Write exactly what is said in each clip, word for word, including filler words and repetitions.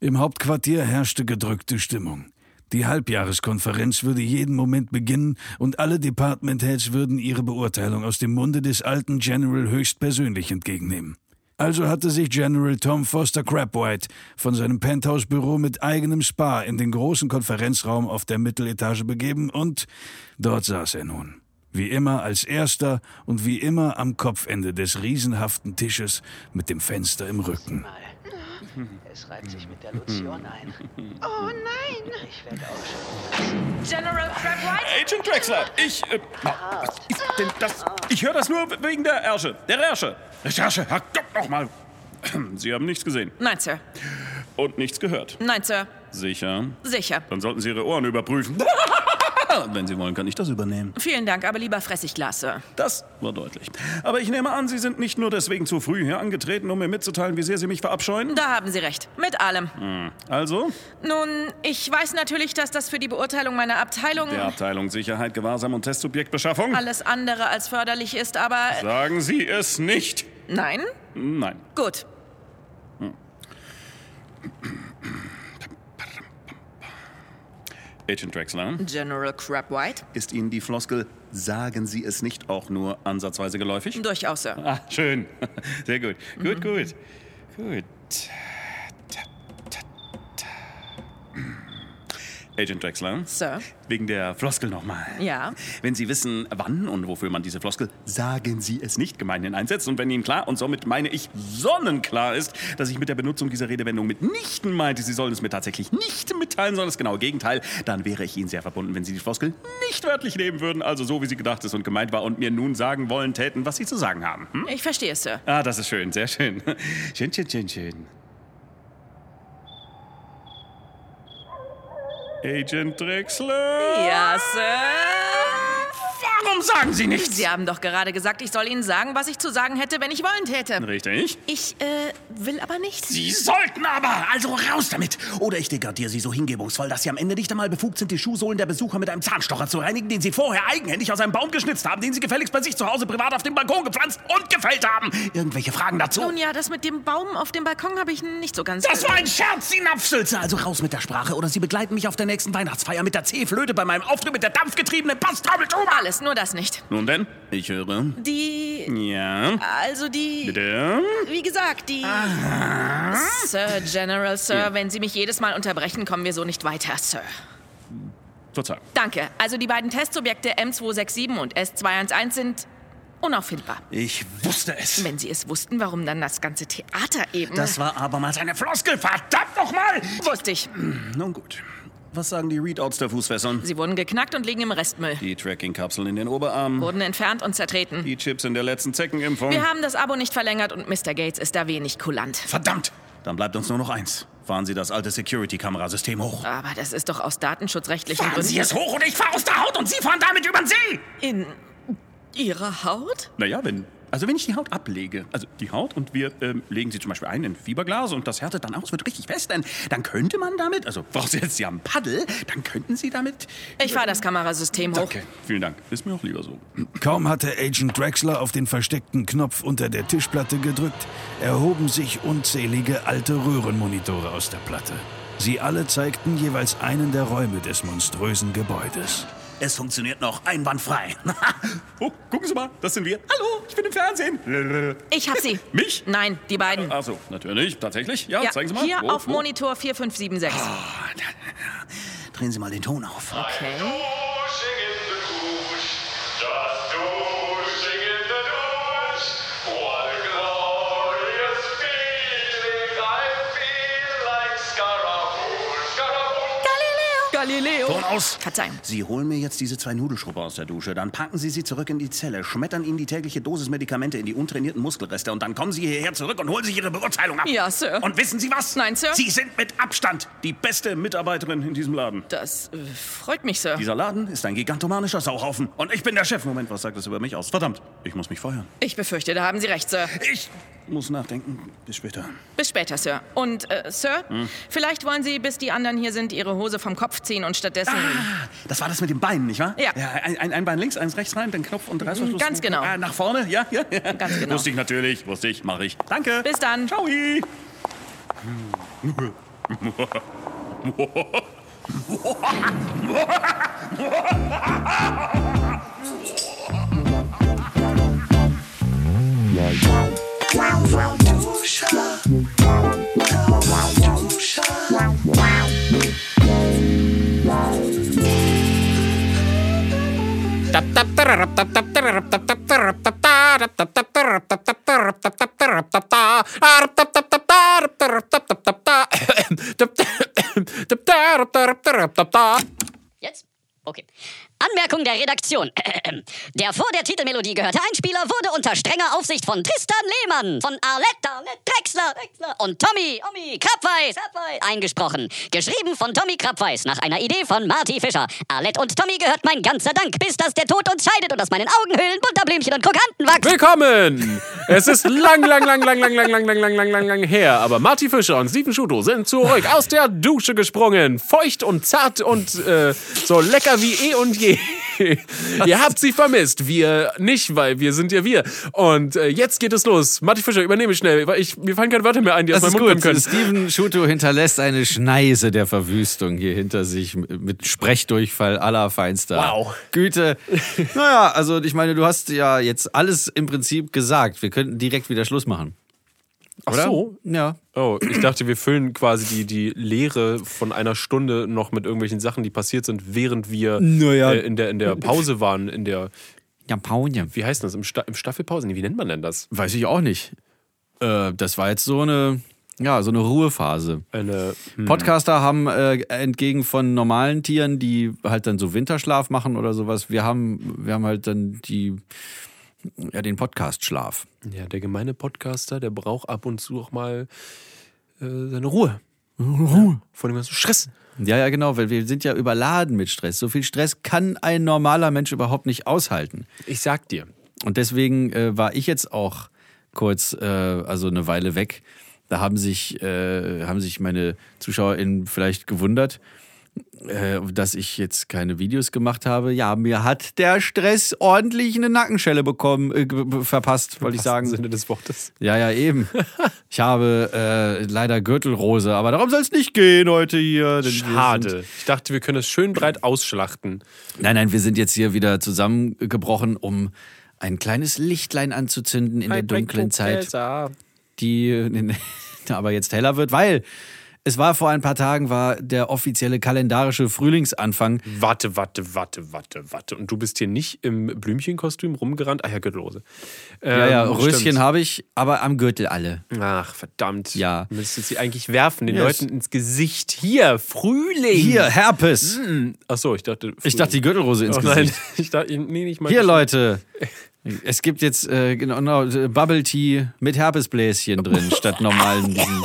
Im Hauptquartier herrschte gedrückte Stimmung. Die Halbjahreskonferenz würde jeden Moment beginnen und alle Department Heads würden ihre Beurteilung aus dem Munde des alten General höchstpersönlich entgegennehmen. Also hatte sich General Tom Foster Crabwhite von seinem Penthouse-Büro mit eigenem Spa in den großen Konferenzraum auf der Mitteletage begeben und dort saß er nun. Wie immer als Erster und wie immer am Kopfende des riesenhaften Tisches mit dem Fenster im Rücken. Es reibt sich mit der Lotion ein. Oh nein! Ich werde auch schon. General Crabwhite? Agent Drexler, ich... Äh, was ist denn das? Ich höre das nur wegen der Ärsche. Der Recherche. Recherche, Herrgott nochmal. Sie haben nichts gesehen. Nein, Sir. Und nichts gehört. Nein, Sir. Sicher? Sicher. Dann sollten Sie Ihre Ohren überprüfen. Wenn Sie wollen, kann ich das übernehmen. Vielen Dank, aber lieber Fressiglas, Sir. Das war deutlich. Aber ich nehme an, Sie sind nicht nur deswegen zu früh hier angetreten, um mir mitzuteilen, wie sehr Sie mich verabscheuen? Da haben Sie recht. Mit allem. Hm. Also? Nun, ich weiß natürlich, dass das für die Beurteilung meiner Abteilung... Der Abteilung Sicherheit, Gewahrsam und Testsubjektbeschaffung? ...alles andere als förderlich ist, aber... Sagen Sie es nicht. Nein? Nein. Gut. Hm. Agent Drexler? General Crabwhite? Ist Ihnen die Floskel, sagen Sie es nicht, auch nur ansatzweise geläufig? Durchaus, Sir. Ah, schön. Sehr gut. Gut, Mhm. gut. Gut. Agent Drexler? Sir? Wegen der Floskel nochmal. Ja? Wenn Sie wissen, wann und wofür man diese Floskel, sagen Sie es nicht, gemeinhin einsetzt. Und wenn Ihnen klar, und somit meine ich sonnenklar ist, dass ich mit der Benutzung dieser Redewendung mitnichten meinte, Sie sollen es mir tatsächlich nicht mitteilen, sondern das genaue Gegenteil, dann wäre ich Ihnen sehr verbunden, wenn Sie die Floskel nicht wörtlich nehmen würden, also so, wie sie gedacht ist und gemeint war und mir nun sagen wollen täten, was Sie zu sagen haben. Hm? Ich verstehe, Sir. Ah, das ist schön, sehr schön. Schön, schön, schön, schön. Agent Drexler? Ja, Sir? Warum sagen Sie nichts? Sie haben doch gerade gesagt, ich soll Ihnen sagen, was ich zu sagen hätte, wenn ich wollen täte. Richtig. Ich, äh, will aber nicht. Sie sollten aber! Also raus damit! Oder ich degradiere Sie so hingebungsvoll, dass Sie am Ende nicht einmal befugt sind, die Schuhsohlen der Besucher mit einem Zahnstocher zu reinigen, den Sie vorher eigenhändig aus einem Baum geschnitzt haben, den Sie gefälligst bei sich zu Hause privat auf dem Balkon gepflanzt und gefällt haben. Irgendwelche Fragen dazu? Nun ja, das mit dem Baum auf dem Balkon habe ich nicht so ganz... Das war ein Scherz, Sie Napfsülze! Also raus mit der Sprache oder Sie begleiten mich auf der nächsten Weihnachtsfeier mit der C-Flöte bei meinem Auftritt mit der dampfgetriebenen Basstrommeltuba! Alles, nur das nicht. Nun denn, ich höre. Die... Ja? Also die... Bitte? Wie gesagt, die... Aha. Sir, General, Sir, Ja. wenn Sie mich jedes Mal unterbrechen, kommen wir so nicht weiter, Sir. Verzeihung. Danke. Also die beiden Testsubjekte M zwei sechs sieben und S zwei eins eins sind unauffindbar. Ich wusste es. Wenn Sie es wussten, warum dann das ganze Theater eben... Das war abermals eine Floskel, verdammt nochmal! Wusste ich. Nun gut. Was sagen die Readouts der Fußfesseln? Sie wurden geknackt und liegen im Restmüll. Die Tracking-Kapseln in den Oberarmen. Wurden entfernt und zertreten. Die Chips in der letzten Zeckenimpfung. Wir haben das Abo nicht verlängert und Mister Gates ist da wenig kulant. Verdammt! Dann bleibt uns nur noch eins. Fahren Sie das alte Security-Kamerasystem hoch. Aber das ist doch aus datenschutzrechtlichen Fahren Gründen... Sie es hoch und ich fahre aus der Haut und Sie fahren damit über den See! In Ihrer Haut? Naja, wenn... Also wenn ich die Haut ablege, also die Haut, und wir ähm, legen sie zum Beispiel ein in Fiberglas und das härtet dann aus, wird richtig fest, dann, dann könnte man damit, also vorausgesetzt Sie haben ein Paddel, dann könnten Sie damit... Ich fahre das Kamerasystem hoch. Okay, vielen Dank. Ist mir auch lieber so. Kaum hatte Agent Drexler auf den versteckten Knopf unter der Tischplatte gedrückt, erhoben sich unzählige alte Röhrenmonitore aus der Platte. Sie alle zeigten jeweils einen der Räume des monströsen Gebäudes. Es funktioniert noch einwandfrei. Oh, gucken Sie mal, das sind wir. Hallo, ich bin im Fernsehen. Ich hab sie. Mich? Nein, die beiden. Ach so, natürlich, tatsächlich. Ja, Ja, zeigen Sie mal. hier Wo, auf wo? Monitor vier fünf sieben sechs. Oh, drehen Sie mal den Ton auf. Okay. Galileo. Ton aus! Verzeihung. Sie holen mir jetzt diese zwei Nudelschrubber aus der Dusche, dann packen Sie sie zurück in die Zelle, schmettern Ihnen die tägliche Dosis Medikamente in die untrainierten Muskelreste und dann kommen Sie hierher zurück und holen sich Ihre Beurteilung ab. Ja, Sir. Und wissen Sie was? Nein, Sir. Sie sind mit Abstand die beste Mitarbeiterin in diesem Laden. Das äh, freut mich, Sir. Dieser Laden ist ein gigantomanischer Sauhaufen und ich bin der Chef. Moment, was sagt das über mich aus? Verdammt, ich muss mich feuern. Ich befürchte, da haben Sie recht, Sir. Ich muss nachdenken. Bis später. Bis später, Sir. Und, äh, Sir, Hm? vielleicht wollen Sie, bis die anderen hier sind, Ihre Hose vom Kopf ziehen und stattdessen... Ah, das war das mit den Beinen, nicht wahr? Ja. ja ein, ein, ein Bein links, eins rechts rein, den Knopf und Reißverschluss. Ganz genau. Ah, nach vorne, ja, ja, ja. Ganz genau. Wusste ich natürlich, wusste ich, mache ich. Danke. Bis dann. Ciao. Jetzt? Okay. Anmerkung der Redaktion. Der vor der Titelmelodie gehörte Einspieler wurde unter strenger Aufsicht von Tristan Lehmann, von Arlette, Arlette Drexler, Drexler und Tommy, Tommy Krabweis, Krabweis eingesprochen. Geschrieben von Tommy Krabweis nach einer Idee von Marty Fischer. Arlette und Tommy gehört mein ganzer Dank, bis dass der Tod uns scheidet und aus meinen Augenhöhlen Butterblümchen und Krokanten wachsen. Willkommen! Es ist lang, lang, lang, lang, lang, lang, lang, lang, lang, lang, lang, lang her, aber Marty Fischer und Steven Schuto sind zurück aus der Dusche gesprungen. Feucht und zart und äh, so lecker wie eh und je. Ihr habt sie vermisst, wir nicht, weil wir sind ja wir. Und äh, jetzt geht es los. Marty Fischer, übernehme schnell, weil ich, mir fallen keine Wörter mehr ein, die aus meinem Mund kommen können. Steven Schuto hinterlässt eine Schneise der Verwüstung hier hinter sich mit Sprechdurchfall allerfeinster Wow. Güte. Naja, also ich meine, du hast ja jetzt alles im Prinzip gesagt. Wir könnten direkt wieder Schluss machen. Oder? Ach so? Ja. Oh, ich dachte, wir füllen quasi die, die Leere von einer Stunde noch mit irgendwelchen Sachen, die passiert sind, während wir Naja. äh, in, der, in der Pause waren, in der, Ja, Paunie. wie heißt das, im, Sta- im Staffelpause? Nee, wie nennt man denn das? Weiß ich auch nicht. Äh, das war jetzt so eine, ja, so eine Ruhephase. Eine, hm. Podcaster haben äh, entgegen von normalen Tieren, die halt dann so Winterschlaf machen oder sowas, wir haben, wir haben halt dann die, ja, den Podcast-Schlaf. Ja, der gemeine Podcaster, der braucht ab und zu auch mal äh, seine Ruhe. Ruhe. Ja, vor dem ganzen Stress. Ja, ja, genau, weil wir sind ja überladen mit Stress. So viel Stress kann ein normaler Mensch überhaupt nicht aushalten. Ich sag dir. Und deswegen äh, war ich jetzt auch kurz, äh, also eine Weile weg. Da haben sich, äh, haben sich meine ZuschauerInnen vielleicht gewundert, äh, dass ich jetzt keine Videos gemacht habe. Ja, mir hat der Stress ordentlich eine Nackenschelle bekommen, äh, g- verpasst, wollte ich sagen. Im Sinne des Wortes. Ja, ja, eben. Ich habe äh, leider Gürtelrose, aber darum soll es nicht gehen heute hier. Denn wir Schade. sind- Ich dachte, wir können es schön breit ausschlachten. Nein, nein, wir sind jetzt hier wieder zusammengebrochen, um ein kleines Lichtlein anzuzünden in der dunklen Zeit, die aber jetzt heller wird, weil es war vor ein paar Tagen, war der offizielle kalendarische Frühlingsanfang. Warte, warte, warte, warte, warte. Und du bist hier nicht im Blümchenkostüm rumgerannt? Ach ja, Gürtellose. Ähm, Ja, ja, Röschen stimmt. habe ich, aber am Gürtel alle. Ach, verdammt. Ja. Müsstest sie eigentlich werfen, den Yes. Leuten ins Gesicht. Hier, Frühling. Hier, Herpes. Ach so, ich dachte... Ich dachte, die Gürtelrose ins oh, nein, Gesicht. ich dachte, nee, nicht mal. Hier, Leute. Es gibt jetzt äh, genau, genau, Bubble Tea mit Herpesbläschen drin, statt normalen diesen.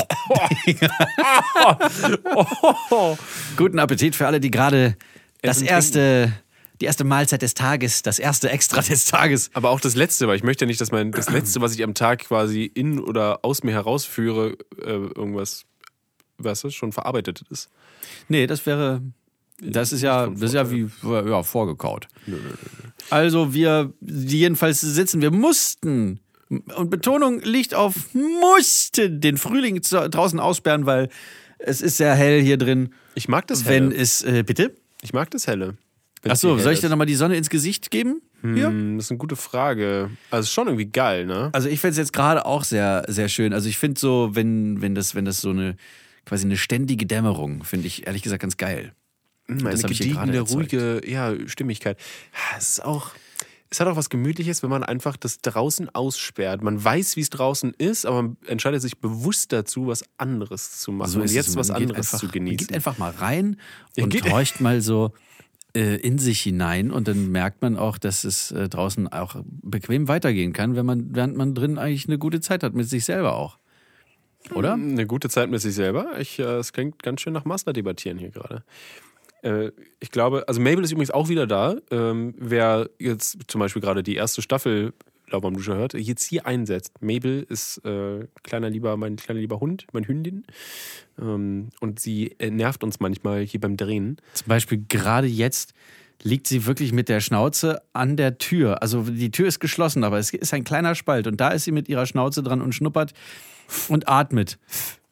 Guten Appetit für alle, die gerade das Essen, erste, die erste Mahlzeit des Tages, das erste Extra des Tages. Aber auch das Letzte, weil ich möchte ja nicht, dass mein das Letzte, was ich am Tag quasi in oder aus mir herausführe, äh, irgendwas, was ist, schon verarbeitet ist. Nee, das wäre. Das ist ja, das ist ja wie ja, vorgekaut. Also wir jedenfalls sitzen, wir mussten, und Betonung liegt auf mussten, den Frühling zu- draußen aussperren, weil es ist sehr hell hier drin. Ich mag das Helle. Wenn es, äh, bitte? Ich mag das Helle. Wenn's Achso, hier soll ich hell dir ist. nochmal die Sonne ins Gesicht geben? Hier? Hm, das ist eine gute Frage. Also ist schon irgendwie geil, ne? Also ich finde es jetzt gerade auch sehr, sehr schön. Also ich finde so, wenn, wenn das, wenn das so eine, quasi eine ständige Dämmerung, finde ich ehrlich gesagt ganz geil. Eine das hab ich hier gerade gediegene, erzeugt. ruhige ja, Stimmigkeit. Ja, es ist auch, es hat auch was Gemütliches, wenn man einfach das draußen aussperrt. Man weiß, wie es draußen ist, aber man entscheidet sich bewusst dazu, was anderes zu machen und ist jetzt es. was Man geht anderes einfach, zu Man genießen. geht einfach mal rein Ja, und geht- horcht mal so äh, in sich hinein und dann merkt man auch, dass es äh, draußen auch bequem weitergehen kann, wenn man, während man drin eigentlich eine gute Zeit hat, mit sich selber auch. Oder? Eine gute Zeit mit sich selber. Ich, äh, es klingt ganz schön nach Master debattieren hier gerade. Äh, ich glaube, also Mabel ist übrigens auch wieder da. Ähm, wer jetzt zum Beispiel gerade die erste Staffel Lauwarmduscher hört, jetzt hier einsetzt. Mabel ist äh, kleiner lieber, mein kleiner lieber Hund, mein Hündin. Ähm, und sie äh, nervt uns manchmal hier beim Drehen. Zum Beispiel gerade jetzt liegt sie wirklich mit der Schnauze an der Tür. Also die Tür ist geschlossen, aber es ist ein kleiner Spalt und da ist sie mit ihrer Schnauze dran und schnuppert und atmet.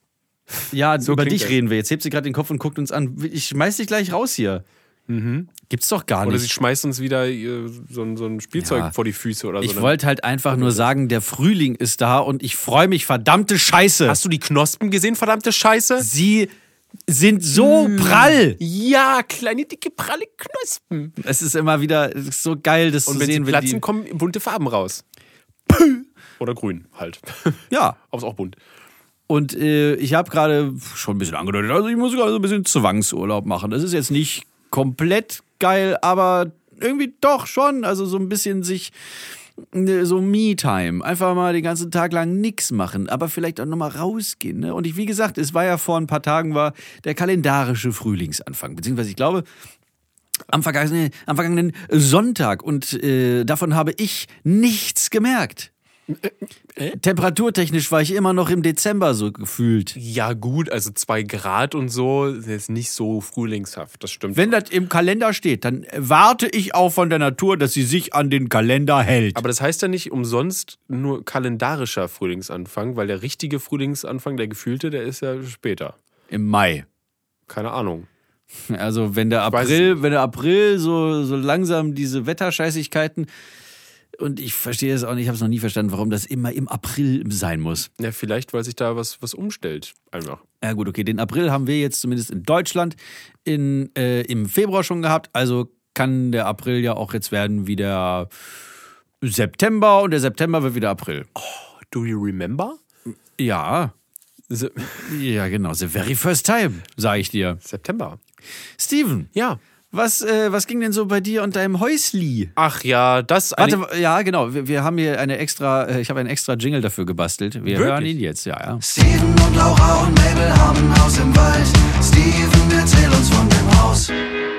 Ja, So über klingt dich das. reden wir. Jetzt hebt sie gerade den Kopf und guckt uns an. Ich schmeiß dich gleich raus hier. Mhm. Gibt's doch gar Oder nicht. sie schmeißt uns wieder äh, so, ein- so ein Spielzeug Ja. vor die Füße oder so. Ich Dann- wollte halt einfach nur sagen, der Frühling ist da und ich freue mich, verdammte Scheiße. Hast du die Knospen gesehen, verdammte Scheiße? Sie sind so prall. Ja, kleine, dicke, pralle Knospen. Es ist immer wieder es ist so geil, das Und zu wenn sehen. sie platzen, die, kommen bunte Farben raus. Oder grün halt. ja, Aber ist auch bunt. und äh, ich habe gerade schon ein bisschen angedeutet, also ich muss gerade so ein bisschen Zwangsurlaub machen. Das ist jetzt nicht komplett geil, aber irgendwie doch schon. Also so ein bisschen sich, ne, so Me-Time. Einfach mal den ganzen Tag lang nichts machen, aber vielleicht auch nochmal rausgehen. Ne? Und ich, wie gesagt, es war ja vor ein paar Tagen war der kalendarische Frühlingsanfang. Beziehungsweise ich glaube, am vergangenen, am vergangenen Sonntag. Und äh, davon habe ich nichts gemerkt. Temperaturtechnisch war ich immer noch im Dezember so gefühlt. Ja, gut, also zwei Grad und so ist nicht so frühlingshaft, das stimmt. Wenn das im Kalender steht, dann warte ich auch von der Natur, dass sie sich an den Kalender hält. Aber das heißt ja nicht umsonst nur kalendarischer Frühlingsanfang, weil der richtige Frühlingsanfang, der gefühlte, der ist ja später. Im Mai. Keine Ahnung. Also wenn der weiß April, wenn der April so, so langsam diese Wetterscheißigkeiten, und ich verstehe es auch nicht, ich habe es noch nie verstanden, warum das immer im April sein muss. Ja, vielleicht, weil sich da was, was umstellt. Einfach. Ja gut, okay, den April haben wir jetzt zumindest in Deutschland in, äh, im Februar schon gehabt, also kann der April ja auch jetzt werden wie der September und der September wird wieder April. Do you remember? Ja, Se- ja genau, the very first time, sage ich dir. September. Steven, Ja. was, äh, was ging denn so bei dir und deinem Häusli? Ach ja, das eine- Warte, ja genau, wir, wir haben hier eine extra, äh, ich habe einen extra Jingle dafür gebastelt. Wir Wirklich? hören ihn jetzt, ja, ja. Steven und Laura und Mabel haben ein Haus im Wald. Steven, erzähl uns von dem Haus.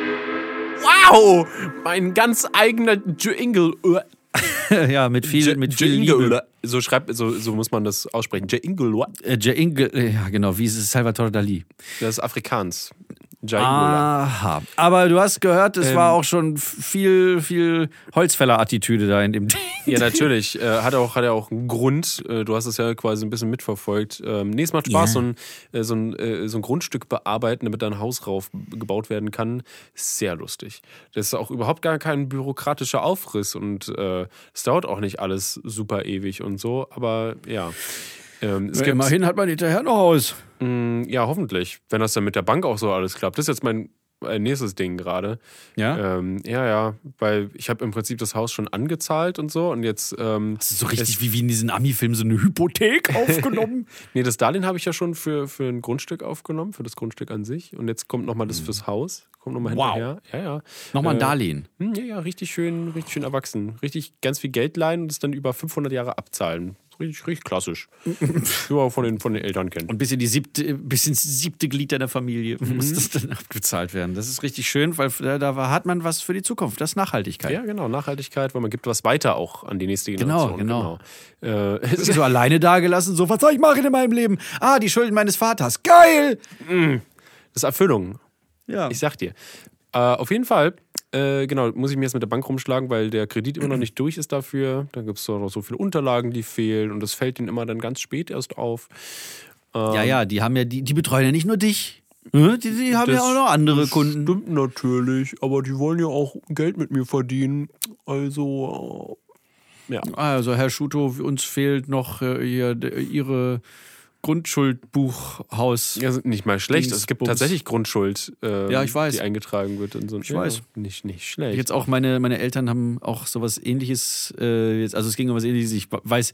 Wow! Mein ganz eigener Jingle. ja, mit viel, mit viel Liebe. So schreibt, so, so muss man das aussprechen. Jingle. Äh, Jingle, äh, ja genau, wie ist es Salvatore Dali? Das ist Afrikaans. Jingle. Aha. Aber du hast gehört, es Ähm. war auch schon viel, viel Holzfäller-Attitüde da in dem Ding. Ja, natürlich. Äh, hat, auch, hat ja auch einen Grund. Äh, du hast es ja quasi ein bisschen mitverfolgt. Ähm, nee, es macht Spaß, Ja. so, ein, äh, so, ein, äh, so ein Grundstück bearbeiten, damit da ein Haus rauf gebaut werden kann. Ist sehr lustig. Das ist auch überhaupt gar kein bürokratischer Aufriss und äh, es dauert auch nicht alles super ewig und so. Aber ja. Ähm, es Ja, gibt, immerhin hat man hinterher noch Haus. mh, ja, hoffentlich. Wenn das dann mit der Bank auch so alles klappt. Das ist jetzt mein äh, nächstes Ding gerade. Ja? Ähm, ja, ja, weil ich habe im Prinzip das Haus schon angezahlt und so und jetzt ähm, Das ist so richtig wie, wie in diesen Ami-Filmen so eine Hypothek aufgenommen. nee, das Darlehen habe ich ja schon für, für ein Grundstück aufgenommen, für das Grundstück an sich und jetzt kommt nochmal das fürs Haus, kommt nochmal Wow. hinterher. Ja, ja. Nochmal ein Äh, Darlehen. hm, Ja, ja, richtig schön, richtig schön erwachsen. Richtig ganz viel Geld leihen und es dann über fünfhundert Jahre abzahlen. Richtig, richtig klassisch. Ja, von den, von den Eltern kennen. Und bis in die siebte, bis ins siebte Glied deiner Familie muss das dann abgezahlt werden. Das ist richtig schön, weil da, da hat man was für die Zukunft. Das ist Nachhaltigkeit. Ja, genau, Nachhaltigkeit, weil man gibt was weiter auch an die nächste Generation. Genau, genau. Äh, Ist so alleine dagelassen, so, was soll ich machen in meinem Leben? Ah, die Schulden meines Vaters. Geil! das ist Erfüllung. Ja. Ich sag dir. Äh, auf jeden Fall, äh, genau, muss ich mir jetzt mit der Bank rumschlagen, weil der Kredit immer noch nicht durch ist dafür. Dann gibt es noch so viele Unterlagen, die fehlen und das fällt ihnen immer dann ganz spät erst auf. Ähm, Ja, ja, die haben ja, die, die betreuen ja nicht nur dich. Ne? Die, die haben Das ja auch noch andere Kunden. Stimmt natürlich, aber die wollen ja auch Geld mit mir verdienen. Also, äh, ja. Also, Herr Schuto, uns fehlt noch äh, hier d- Ihre Grundschuldbuchhaus. Ja, nicht mal schlecht. Es gibt Dingsbums. tatsächlich Grundschuld, äh, Ja, ich weiß. die eingetragen wird. In so ein, Ich weiß. Ja, nicht, nicht schlecht. Jetzt auch meine, meine Eltern haben auch sowas ähnliches, äh, jetzt, also es ging um was ähnliches, ich weiß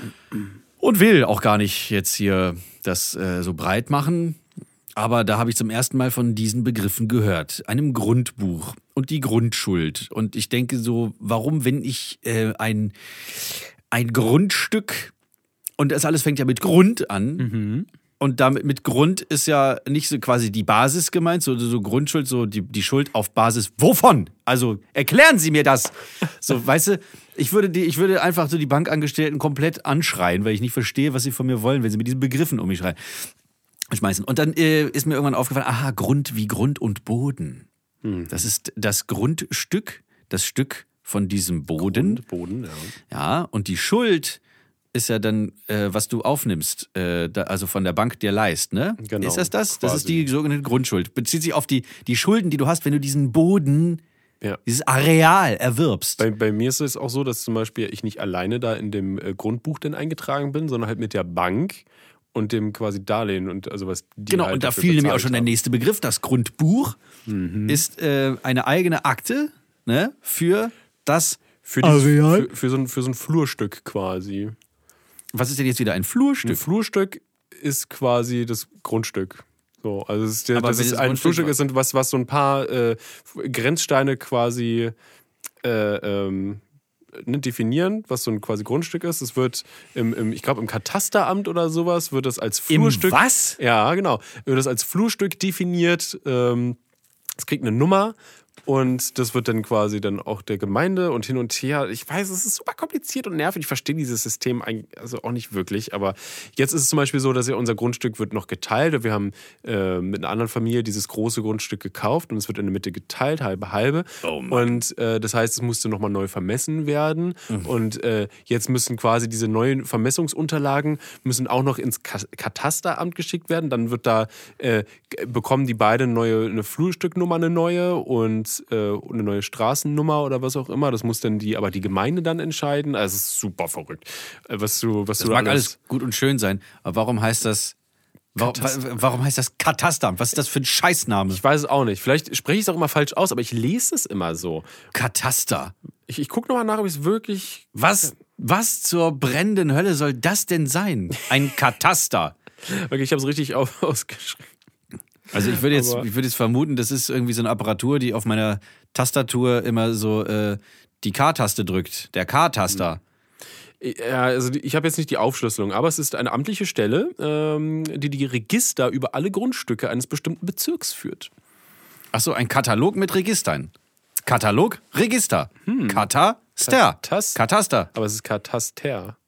und will auch gar nicht jetzt hier das äh, so breit machen, aber da habe ich zum ersten Mal von diesen Begriffen gehört, einem Grundbuch und die Grundschuld. Und ich denke so, warum, wenn ich äh, ein, ein Grundstück, und das alles fängt ja mit Grund an, und damit mit Grund ist ja nicht so quasi die Basis gemeint, so, so Grundschuld, so die, die Schuld auf Basis wovon? Also erklären Sie mir das. So, weißt du, ich würde, die, ich würde einfach so die Bankangestellten komplett anschreien, weil ich nicht verstehe, was sie von mir wollen, wenn sie mit diesen Begriffen um mich schreien. Schmeißen. Und dann äh, ist mir irgendwann aufgefallen, aha, Grund wie Grund und Boden. Das ist das Grundstück, das Stück von diesem Boden. Boden, ja. Ja, und die Schuld ist ja dann, äh, was du aufnimmst, äh, da, also von der Bank dir leist, ne? Genau, ist das das? Das quasi. ist die sogenannte Grundschuld. Bezieht sich auf die, die Schulden, die du hast, wenn du diesen Boden, Ja. dieses Areal erwirbst. Bei, bei mir ist es auch so, dass zum Beispiel ich nicht alleine da in dem äh, Grundbuch denn eingetragen bin, sondern halt mit der Bank und dem quasi Darlehen und also was die Genau, halt und da dafür fiel nämlich auch bezahlt schon der haben. nächste Begriff. Das Grundbuch ist äh, eine eigene Akte, ne, für das Für, dieses, für, für, so ein, für so ein Flurstück quasi. Was ist denn jetzt wieder ein Ein Flurstück? Flurstück ist quasi das Grundstück. So, also es ist, der, Aber das wenn ist das ein Grundstück Flurstück war- ist, sind was, was so ein paar äh, Grenzsteine quasi äh, ähm, ne, definieren, was so ein quasi Grundstück ist. Es wird im, im ich glaube im Katasteramt oder sowas wird das als Im Flurstück. was? Ja, genau. Wird das als Flurstück definiert. Ähm, es kriegt eine Nummer. Und das wird dann quasi dann auch der Gemeinde und hin und her. Ich weiß, es ist super kompliziert und nervig. Ich verstehe dieses System eigentlich also auch nicht wirklich. Aber jetzt ist es zum Beispiel so, dass ja unser Grundstück wird noch geteilt. Wir haben äh, mit einer anderen Familie dieses große Grundstück gekauft und es wird in der Mitte geteilt, halbe halbe. Oh Mann. Und äh, das heißt, es musste nochmal neu vermessen werden. Mhm. Und äh, jetzt müssen quasi diese neuen Vermessungsunterlagen müssen auch noch ins Ka- Katasteramt geschickt werden. Dann wird da äh, bekommen die beiden neue eine Flurstücknummer, eine neue und eine neue Straßennummer oder was auch immer. Das muss dann die, aber die Gemeinde dann entscheiden. Also es ist super verrückt. Was du, was Das du mag alles, alles gut und schön sein, aber warum heißt das warum, warum heißt das Katasteramt? Was ist das für ein Scheißname? Ich weiß es auch nicht. Vielleicht spreche ich es auch immer falsch aus, aber ich lese es immer so. Kataster. Ich, ich gucke nochmal nach, ob ich es wirklich... Was, was zur brennenden Hölle soll das denn sein? Ein Kataster. Okay, ich habe es richtig auf, ausgeschrieben. Also ich würde jetzt, Aber- ich würde jetzt vermuten, das ist irgendwie so eine Apparatur, die auf meiner Tastatur immer so äh, die K-Taste drückt. Der K-Taster. Ja, also die- ich habe jetzt nicht die Aufschlüsselung, aber es ist eine amtliche Stelle, ähm, die die Register über alle Grundstücke eines bestimmten Bezirks führt. Achso, ein Katalog mit Registern. Katalog, Register. Kataster. Katas- Kataster. Aber es ist Kataster.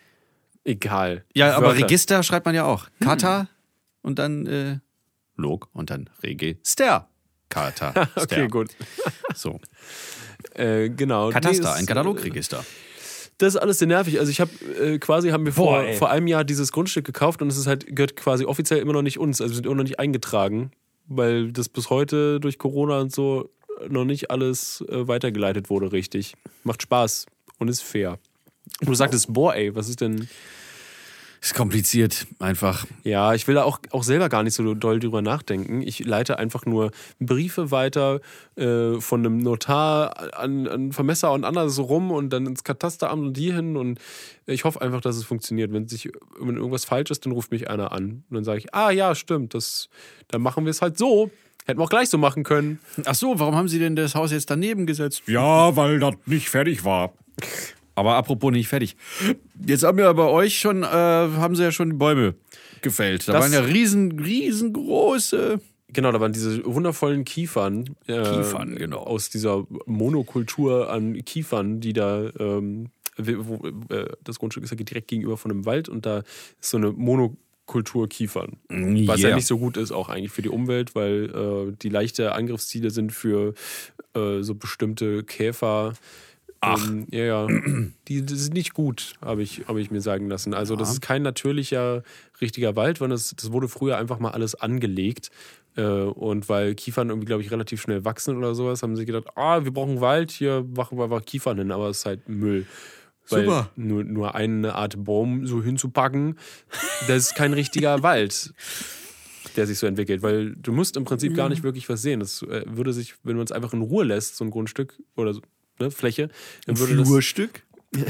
Egal. Ja, aber Wörter. Register schreibt man ja auch. Kata und dann äh, Log und dann Register. Kataster. Okay, gut. So. Äh, genau. Kataster, Nee, es- ein Katalogregister. Das ist alles sehr nervig. Also ich habe äh, quasi haben wir vor, Boah, ey. vor einem Jahr dieses Grundstück gekauft und es ist halt gehört quasi offiziell immer noch nicht uns. Also wir sind immer noch nicht eingetragen, weil das bis heute durch Corona und so noch nicht alles äh, weitergeleitet wurde richtig. Macht Spaß und ist fair. Und du sagtest, boah, ey, was ist denn... Ist kompliziert, einfach. Ja, ich will da auch, auch selber gar nicht so doll drüber nachdenken. Ich leite einfach nur Briefe weiter äh, von einem Notar an, an Vermesser und anderes so rum und dann ins Katasteramt und die hin. Und ich hoffe einfach, dass es funktioniert. Wenn, sich, wenn irgendwas falsch ist, dann ruft mich einer an. Und dann sage ich, ah ja, stimmt, das, dann machen wir es halt so. Hätten wir auch gleich so machen können. Ach so, warum haben Sie denn das Haus jetzt daneben gesetzt? Ja, weil das nicht fertig war. Aber apropos nicht fertig. Jetzt haben ja bei euch schon, äh, haben sie ja schon die Bäume gefällt. Da Das- waren ja riesen, riesengroße. Genau, da waren diese wundervollen Kiefern. Äh, Kiefern, genau. Aus dieser Monokultur an Kiefern, die da, ähm, wo, äh, das Grundstück ist ja direkt gegenüber von einem Wald und da ist so eine Monokultur Kiefern. Was ja Yeah. nicht so gut ist, auch eigentlich für die Umwelt, weil äh, die leichte Angriffsziele sind für äh, so bestimmte Käfer. Ach. Ähm, ja, ja. Die, die sind nicht gut, habe ich, hab ich mir sagen lassen. Also, das ist kein natürlicher, richtiger Wald, sondern das, das wurde früher einfach mal alles angelegt. Äh, und weil Kiefern irgendwie, glaube ich, relativ schnell wachsen oder sowas, haben sie gedacht, ah, wir brauchen Wald, hier machen wir einfach Kiefern hin, aber es ist halt Müll. Weil Super. Nur, nur eine Art Baum so hinzupacken, das ist kein richtiger Wald, der sich so entwickelt. Weil du musst im Prinzip gar nicht wirklich was sehen. Das äh, würde sich, wenn man es einfach in Ruhe lässt, so ein Grundstück oder so, ne, Fläche, dann würde das Flurstück.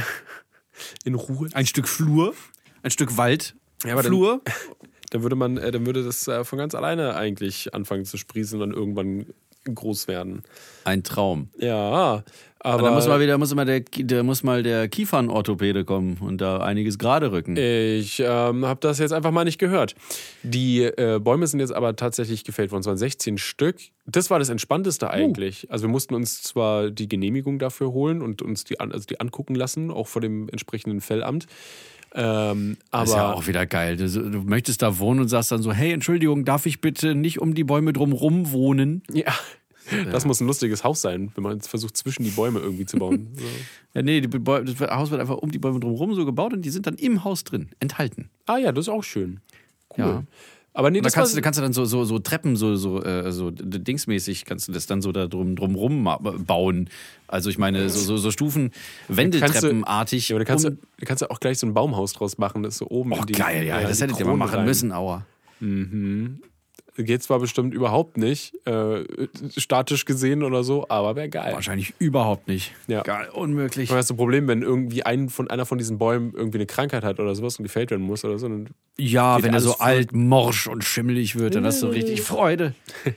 in Ruhe. Ein Stück Flur. Ein Stück Wald. Ja, aber dann- Flur. Dann würde man, äh, dann würde das äh, von ganz alleine eigentlich anfangen zu sprießen und dann irgendwann groß werden. Ein Traum. Ja, aber Aber da muss mal wieder, muss immer der, der muss mal der Kiefernorthopäde kommen und da einiges gerade rücken. ich ähm, habe das jetzt einfach mal nicht gehört. Die äh, Bäume sind jetzt aber tatsächlich gefällt worden. Es waren sechzehn Stück. Das war das Entspannteste eigentlich. Also wir mussten uns zwar die Genehmigung dafür holen und uns die, an, also die angucken lassen, auch vor dem entsprechenden Fellamt. Ähm, aber Das ist ja auch wieder geil. Du, du möchtest da wohnen und sagst dann so, hey, Entschuldigung, darf ich bitte nicht um die Bäume drumrum wohnen? ja, Das muss ein lustiges Haus sein, wenn man jetzt versucht, zwischen die Bäume irgendwie zu bauen. So. Ja, nee, die Bäume, das Haus wird einfach um die Bäume drumherum so gebaut und die sind dann im Haus drin, enthalten. Ah ja, das ist auch schön. Cool. Ja. Aber nee, Und da das kannst, war, du, kannst du dann so, so, so Treppen, so, so, äh, so dingsmäßig, kannst du das dann so da drum, drumrum ma- bauen. Also ich meine, so, so, so Stufen, Wendeltreppenartig. Ja, aber da kannst, um, du, da kannst du auch gleich so ein Baumhaus draus machen, das so oben oh, in die geil, ja, äh, das die hättet ihr mal Krone machen rein. müssen, aua. Mhm. Geht zwar bestimmt überhaupt nicht, äh, statisch gesehen oder so, aber wäre geil. Wahrscheinlich überhaupt nicht. Ja. Geil, unmöglich. Das ist ein Problem, wenn irgendwie ein von, einer von diesen Bäumen irgendwie eine Krankheit hat oder sowas und gefällt werden muss oder so. Dann Ja, geht wenn er alles so voll- alt, morsch und schimmelig wird, dann hast du richtig Freude.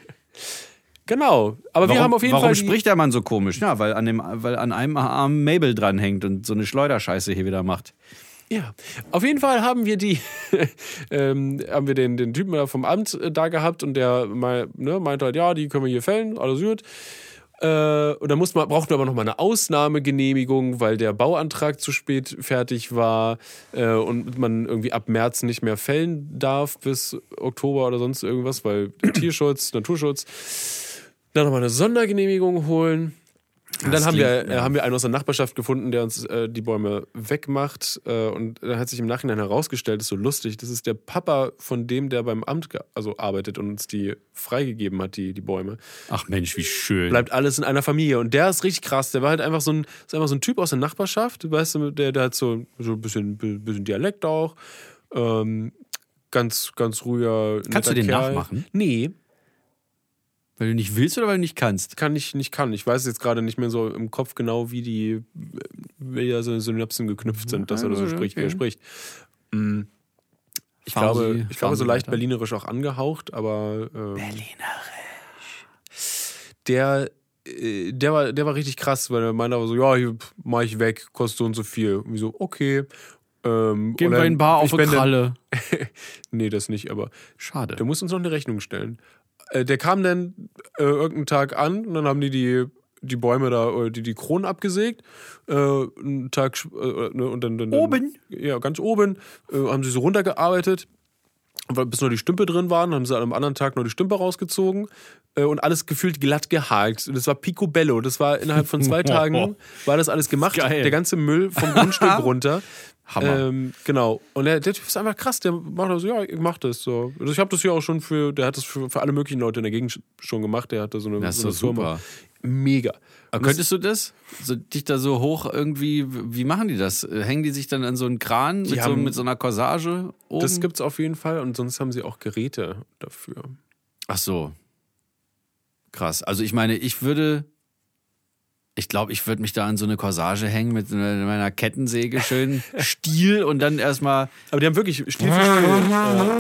Genau, aber wir warum haben auf jeden warum Fall die, spricht der Mann so komisch? Ja, weil an, dem, weil an einem Arm Mabel dranhängt und so eine Schleuderscheiße hier wieder macht. Ja, auf jeden Fall haben wir die, ähm, haben wir den, den Typen da vom Amt äh, da gehabt und der mal, ne, meinte halt, ja, die können wir hier fällen, alles gut. Äh, und dann muss man, brauchten wir aber noch mal eine Ausnahmegenehmigung, weil der Bauantrag zu spät fertig war äh, und man irgendwie ab März nicht mehr fällen darf bis Oktober oder sonst irgendwas, weil Tierschutz, Naturschutz. Dann nochmal eine Sondergenehmigung holen. Und dann Das haben wir, klingt, äh, ja. haben wir einen aus der Nachbarschaft gefunden, der uns äh, die Bäume wegmacht. Äh, und dann hat sich im Nachhinein herausgestellt, das ist so lustig, das ist der Papa von dem, der beim Amt ge- also arbeitet und uns die freigegeben hat, die, die Bäume. Ach Mensch, wie schön. Bleibt alles in einer Familie. Und der ist richtig krass. Der war halt einfach so ein, ist einfach so ein Typ aus der Nachbarschaft, weißt du, der, der hat so, so ein bisschen, bisschen Dialekt auch. Ähm, ganz, ganz ruhiger. Kannst du netter den Kerl. nachmachen? Nee. Weil du nicht willst oder weil du nicht kannst? Kann ich nicht kann. Ich weiß jetzt gerade nicht mehr so im Kopf genau, wie die wie ja so Synapsen geknüpft sind, dass er so spricht, wie er spricht. Mm. Ich Fahren glaube, Sie- ich fahren glaube so Sie leicht weiter. berlinerisch auch angehaucht, aber ähm, Berlinerisch. der äh, der war der war richtig krass, weil er meinte aber so, ja, hier pff, mach ich weg, kostet so und so viel. Und wieso? Okay. Ähm, Geben und wir dann- ein Bar ich auf eine bin dann- Kralle. Nee, das nicht, aber Schade. der muss uns noch eine Rechnung stellen. Äh, der kam dann äh, irgendeinen Tag an und dann haben die die, die Bäume da, oder die, die Kronen abgesägt. Äh, einen Tag sch- äh, ne, und dann, dann, dann Oben? Ja, ganz oben. Äh, haben sie so runtergearbeitet. Weil bis nur die Stümpe drin waren, haben sie am anderen Tag nur die Stümpe rausgezogen äh, und alles gefühlt glatt gehakt. Und das war picobello. Das war innerhalb von zwei Tagen, war das alles gemacht. Geil. Der ganze Müll vom Grundstück runter. Hammer. Ähm, genau. Und der, der Typ ist einfach krass. Der macht das, ja, ich mach das so. Also ich habe das hier auch schon für, der hat das für, für alle möglichen Leute in der Gegend schon gemacht. Der hatte so eine, Das ist so doch eine Firma. super. Mega. Aber könntest du das? So, dich da so hoch irgendwie, wie machen die das? Hängen die sich dann an so einen Kran mit, so, haben- mit so einer Corsage oben? Das gibt's auf jeden Fall und sonst haben sie auch Geräte dafür. Ach so. Krass. Also ich meine, ich würde, ich glaube, ich würde mich da an so eine Corsage hängen mit meiner Kettensäge, schön Stiel und dann erstmal. Aber die haben wirklich Stil für Stil. Ja.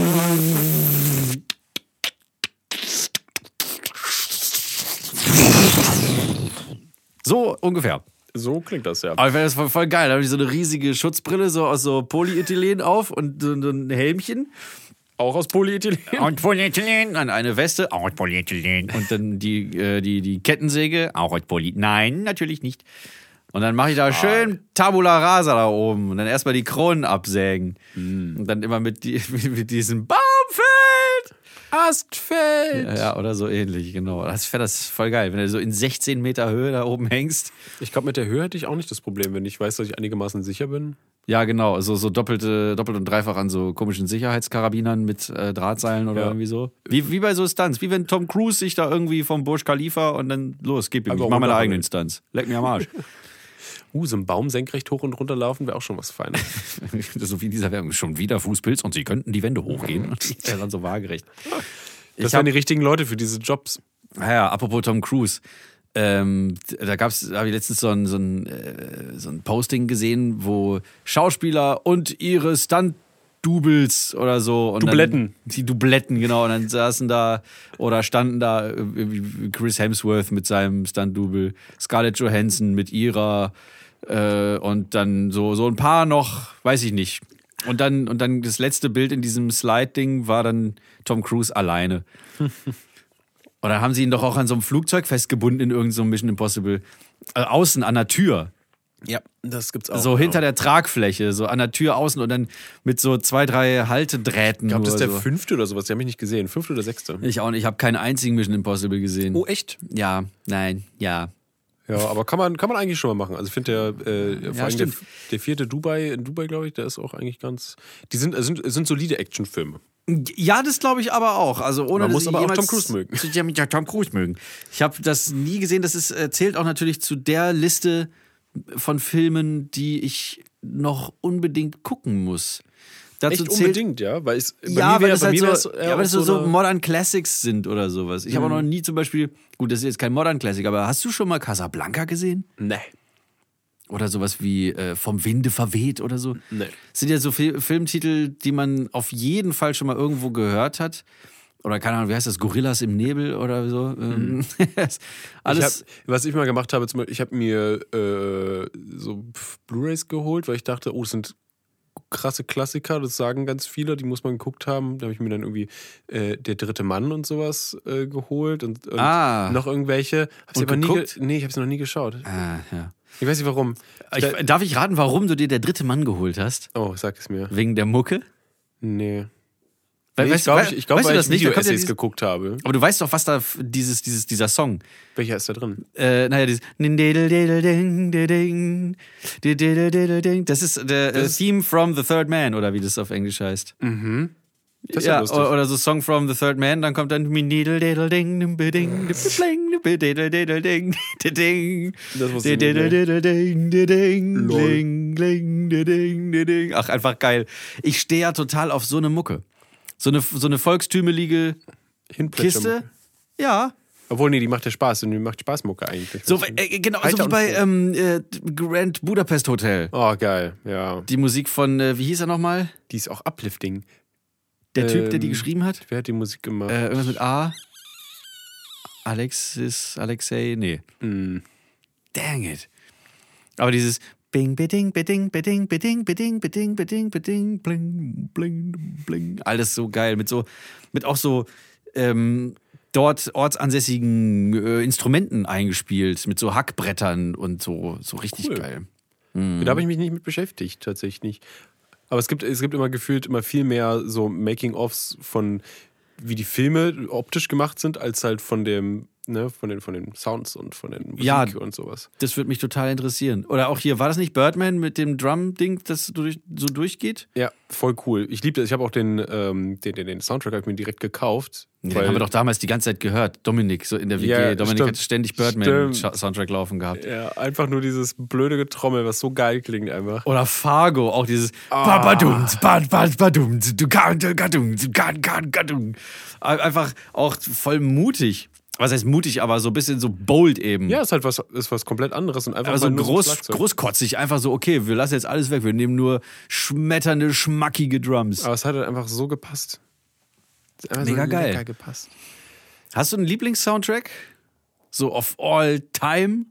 So ungefähr. So klingt das ja. Aber ich fand das voll, voll geil. Da habe ich so eine riesige Schutzbrille so aus so Polyethylen auf und so ein Helmchen. Auch aus Polyethylen. Und Polyethylen. Dann eine Weste. Auch aus Polyethylen. Und dann die, äh, die, die Kettensäge. Auch aus Polyethylen. Nein, natürlich nicht. Und dann mache ich da schön Tabula Rasa da oben. Und dann erstmal die Kronen absägen. Und dann immer mit, die, mit diesem Baumfeld. Astfeld. Ja, ja, oder so ähnlich, genau. Das wäre das voll geil, wenn du so in sechzehn Meter Höhe da oben hängst. Ich glaube, mit der Höhe hätte ich auch nicht das Problem, wenn ich weiß, dass ich einigermaßen sicher bin. Ja, genau. So, so doppelte, doppelt und dreifach an so komischen Sicherheitskarabinern mit äh, Drahtseilen oder Ja. irgendwie so. Wie, wie bei so Stunts. Wie wenn Tom Cruise sich da irgendwie vom Burj Khalifa und dann los, gib ihm. Einfach Ich mach meine runterhauen. eigenen Stunts. Leck mir am Arsch. Uh, so ein Baum senkrecht hoch und runter laufen wäre auch schon was Feines. Das ist so wie dieser Werbung. Schon wieder Fußpilz und sie könnten die Wände hochgehen. Und die ist dann so waagerecht. Das Ich wären hab, die richtigen Leute für diese Jobs. naja, apropos Tom Cruise. Ähm, da gab's, da habe ich letztens so ein, so, ein, äh, so ein Posting gesehen, wo Schauspieler und ihre Stunt-Doubles oder so. Und Dubletten. Dann, die Dubletten, genau. Und dann saßen da oder standen da äh, Chris Hemsworth mit seinem Stunt-Double, Scarlett Johansson mit ihrer äh, und dann so, so ein paar noch, weiß ich nicht. Und dann, und dann das letzte Bild in diesem Slide-Ding war dann Tom Cruise alleine. Und dann haben sie ihn doch auch an so einem Flugzeug festgebunden in irgendeinem so Mission Impossible. Also außen an der Tür. Ja, das gibt's auch. So hinter der Tragfläche, so an der Tür außen und dann mit so zwei, drei Haltedrähten. Ich glaube, das ist der so. fünfte oder sowas. Die habe ich nicht gesehen. Fünfte oder sechste? Ich auch nicht. Ich habe keinen einzigen Mission Impossible gesehen. Oh, echt? Ja, nein, ja. Ja, aber kann man, kann man eigentlich schon mal machen. Also ich finde der, äh, vor Ja, allem der, stimmt. der vierte Dubai, in Dubai, glaube ich, der ist auch eigentlich ganz. Die sind, sind, sind solide Actionfilme. Ja, das glaube ich aber auch. Also ohne, Man dass muss ich aber auch jemals- Tom Cruise mögen. Ja, ja, Tom Cruise mögen. Ich habe das nie gesehen. Das ist, äh, zählt auch natürlich zu der Liste von Filmen, die ich noch unbedingt gucken muss. Dazu Echt zählt, unbedingt, ja? Weil es, bei Ja, mir weil wär- das bei halt mir so, wär's eher ja, weil das auch so, so eine- Modern Classics sind oder sowas. Ich habe auch noch nie zum Beispiel, gut, das ist jetzt kein Modern Classic, aber hast du schon mal Casablanca gesehen? Nee. Oder sowas wie äh, Vom Winde verweht oder so? Nee. Das sind ja so Fil- Filmtitel, die man auf jeden Fall schon mal irgendwo gehört hat. Oder keine Ahnung, wie heißt das? Gorillas im Nebel oder so. Ähm, Alles. Ich hab, was ich mal gemacht habe, zum Beispiel, ich habe mir äh, so Blu-rays geholt, weil ich dachte, oh, das sind krasse Klassiker, das sagen ganz viele, die muss man geguckt haben. Da habe ich mir dann irgendwie äh, Der dritte Mann und sowas äh, geholt und, und Ah. noch irgendwelche. Hab sie Und aber nie geguckt? ge- nee, ich habe sie noch nie geschaut. Ah, ja. Ich weiß nicht warum. Ich, darf ich raten, warum du dir Der dritte Mann geholt hast? Oh, sag es mir. Wegen der Mucke? Nee. Weil, nee weißt, ich glaube, wei- ich, ich glaub, weißt weil du das ich nicht? Da kommt ja Video-Essays dieses, geguckt habe. aber du weißt doch, was da f- dieses, dieses, dieser Song. Welcher ist da drin? Äh, naja, dieses. Das ist der äh, Das- Theme from the Third Man, oder wie das auf Englisch heißt. Mhm. Das ist ja, Ja, lustig. oder, oder so Song from the Third Man, dann kommt dann Das wusste ich Ach, einfach geil. Ich stehe ja total auf so eine Mucke. So eine, so eine volkstümelige Kiste. Ja. Obwohl, nee, die macht ja Spaß. Und die macht Spaßmucke eigentlich. So, äh, genau, so Alter wie und bei froh. ähm, äh, Grand Budapest Hotel. Oh, geil, ja. Die Musik von, äh, wie hieß er nochmal? Die ist auch uplifting. Der Typ, der die Ähm, geschrieben hat? Wer hat die Musik gemacht? Äh, irgendwas mit A. Alexis, Alexei, nee. Mm. Dang it. Aber dieses Bing, beding, beding, beding, beding, beding, beding, beding, beding, bling, bling, bling. Alles so geil. Mit so, mit auch so ähm, dort ortsansässigen äh, Instrumenten eingespielt. Mit so Hackbrettern und so, so richtig Cool. geil. Da habe ich mich nicht mit beschäftigt, tatsächlich nicht. Aber es gibt, es gibt immer gefühlt immer viel mehr so Making-ofs von, wie die Filme optisch gemacht sind, als halt von dem, ne, von den, von den Sounds und von den Musik Ja. und sowas. Das würde mich total interessieren. Oder auch hier, war das nicht Birdman mit dem Drum-Ding, das durch, so durchgeht? Ja, voll cool. Ich liebe das. Ich habe auch den, ähm, den, den, den Soundtrack hab ich mir direkt gekauft. Den weil- haben wir doch damals die ganze Zeit gehört. Dominik, so in der W G. Ja, Dominik stimmt. hat ständig Stimmt. Birdman-Soundtrack laufen gehabt. Ja, einfach nur dieses blöde Getrommel, was so geil klingt einfach. Oder Fargo, auch dieses Ah. Babadums, bad, bad, badums, du kan, du gadum, du kan, kan, gadum. Einfach auch voll mutig. Was heißt mutig, aber so ein bisschen so bold eben. Ja, ist halt was, ist was komplett anderes und einfach aber so mal nur groß, Schlagzeug. großkotzig, einfach so, okay, wir lassen jetzt alles weg, wir nehmen nur schmetternde, schmackige Drums. Aber es hat halt einfach so gepasst. Es hat einfach Mega so geil. lecker gepasst. Hast du einen Lieblingssoundtrack? So of all time?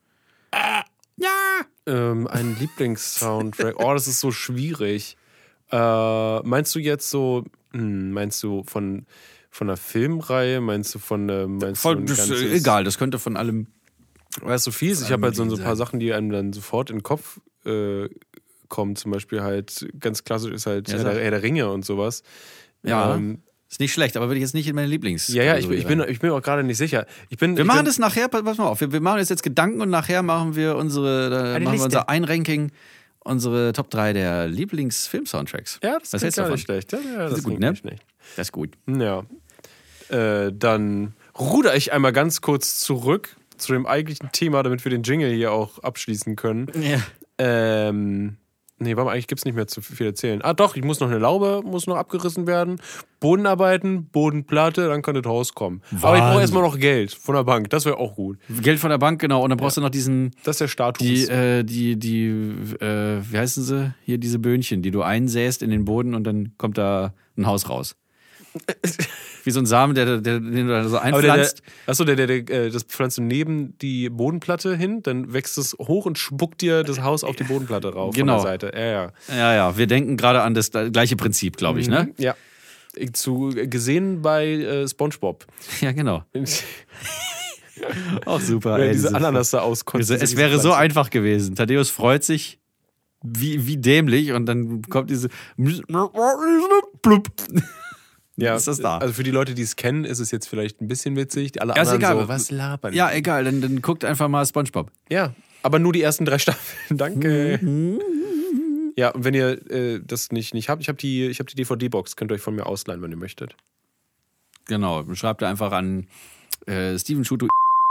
Ja! Ähm, ein Lieblingssoundtrack. Oh, das ist so schwierig. Äh, meinst du jetzt so, hm, meinst du von, von einer Filmreihe? Meinst du von ähm, meinst Voll, du ein das ist ganzes- egal, das könnte von allem. Weißt du, viel ist. Ich habe halt so, so ein paar sein. Sachen, die einem dann sofort in den Kopf äh, kommen. Zum Beispiel halt, ganz klassisch ist halt Ja, Herr, sag. der, Herr der Ringe und sowas. Ja. Ähm, Ist nicht schlecht, aber würde ich jetzt nicht in meine Lieblings. ja, ja, ich, ich, bin, ich bin auch gerade nicht sicher. Ich bin, Wir ich machen bin, das nachher, pass pass mal auf, wir, wir machen jetzt, jetzt Gedanken und nachher machen wir unsere, da Eine machen wir Liste. unser Einranking, unsere Top drei der Lieblingsfilm-Soundtracks. Ja, das Was ist hältst gar du nicht schlecht. Ja, ja, das ist ist gut, gut, ne? nicht schlecht. Das ist gut. Ja. Äh, dann ruder ich einmal ganz kurz zurück zu dem eigentlichen Thema, damit wir den Jingle hier auch abschließen können. Ja. Ähm, nee, warum eigentlich gibt es nicht mehr zu viel erzählen. Ah doch, ich muss noch eine Laube, muss noch abgerissen werden. Bodenarbeiten, Bodenplatte, dann kann das Haus kommen. Aber ich brauche Wahnsinn. erstmal noch Geld von der Bank, das wäre auch gut. Geld von der Bank, genau, und dann brauchst du noch diesen, Das ist der Status. die, äh, die, die, äh, wie heißen sie? Hier diese Böhnchen, die du einsäst in den Boden und dann kommt da ein Haus raus. Wie so ein Samen, der, der, den du da so Aber der, der, einpflanzt. achso, der, der, der, äh, das pflanzt du neben die Bodenplatte hin, dann wächst es hoch und spuckt dir das Haus auf die Bodenplatte rauf Genau. von der Seite. Ja, ja. Ja, ja, wir denken gerade an das gleiche Prinzip, glaube ich, ne? Mhm, ja. Zu, gesehen bei äh, SpongeBob. Ja, genau. Auch super. Ja, ey, diese diese- Ananas da auskotzt. Also, es wäre so einfach gewesen. Thaddeus freut sich wie, wie dämlich und dann kommt diese Blub. Ja, ist das da. Also für die Leute, die es kennen, ist es jetzt vielleicht ein bisschen witzig. Alle Ja, ist anderen egal. so, was labern die? Ja, egal, dann, dann guckt einfach mal SpongeBob. Ja, aber nur die ersten drei Staffeln. Danke. Ja, und wenn ihr äh, das nicht, nicht habt, ich habe die, ich hab die D V D-Box, könnt ihr euch von mir ausleihen, wenn ihr möchtet. Genau, schreibt ihr einfach an äh, Steven Schuto.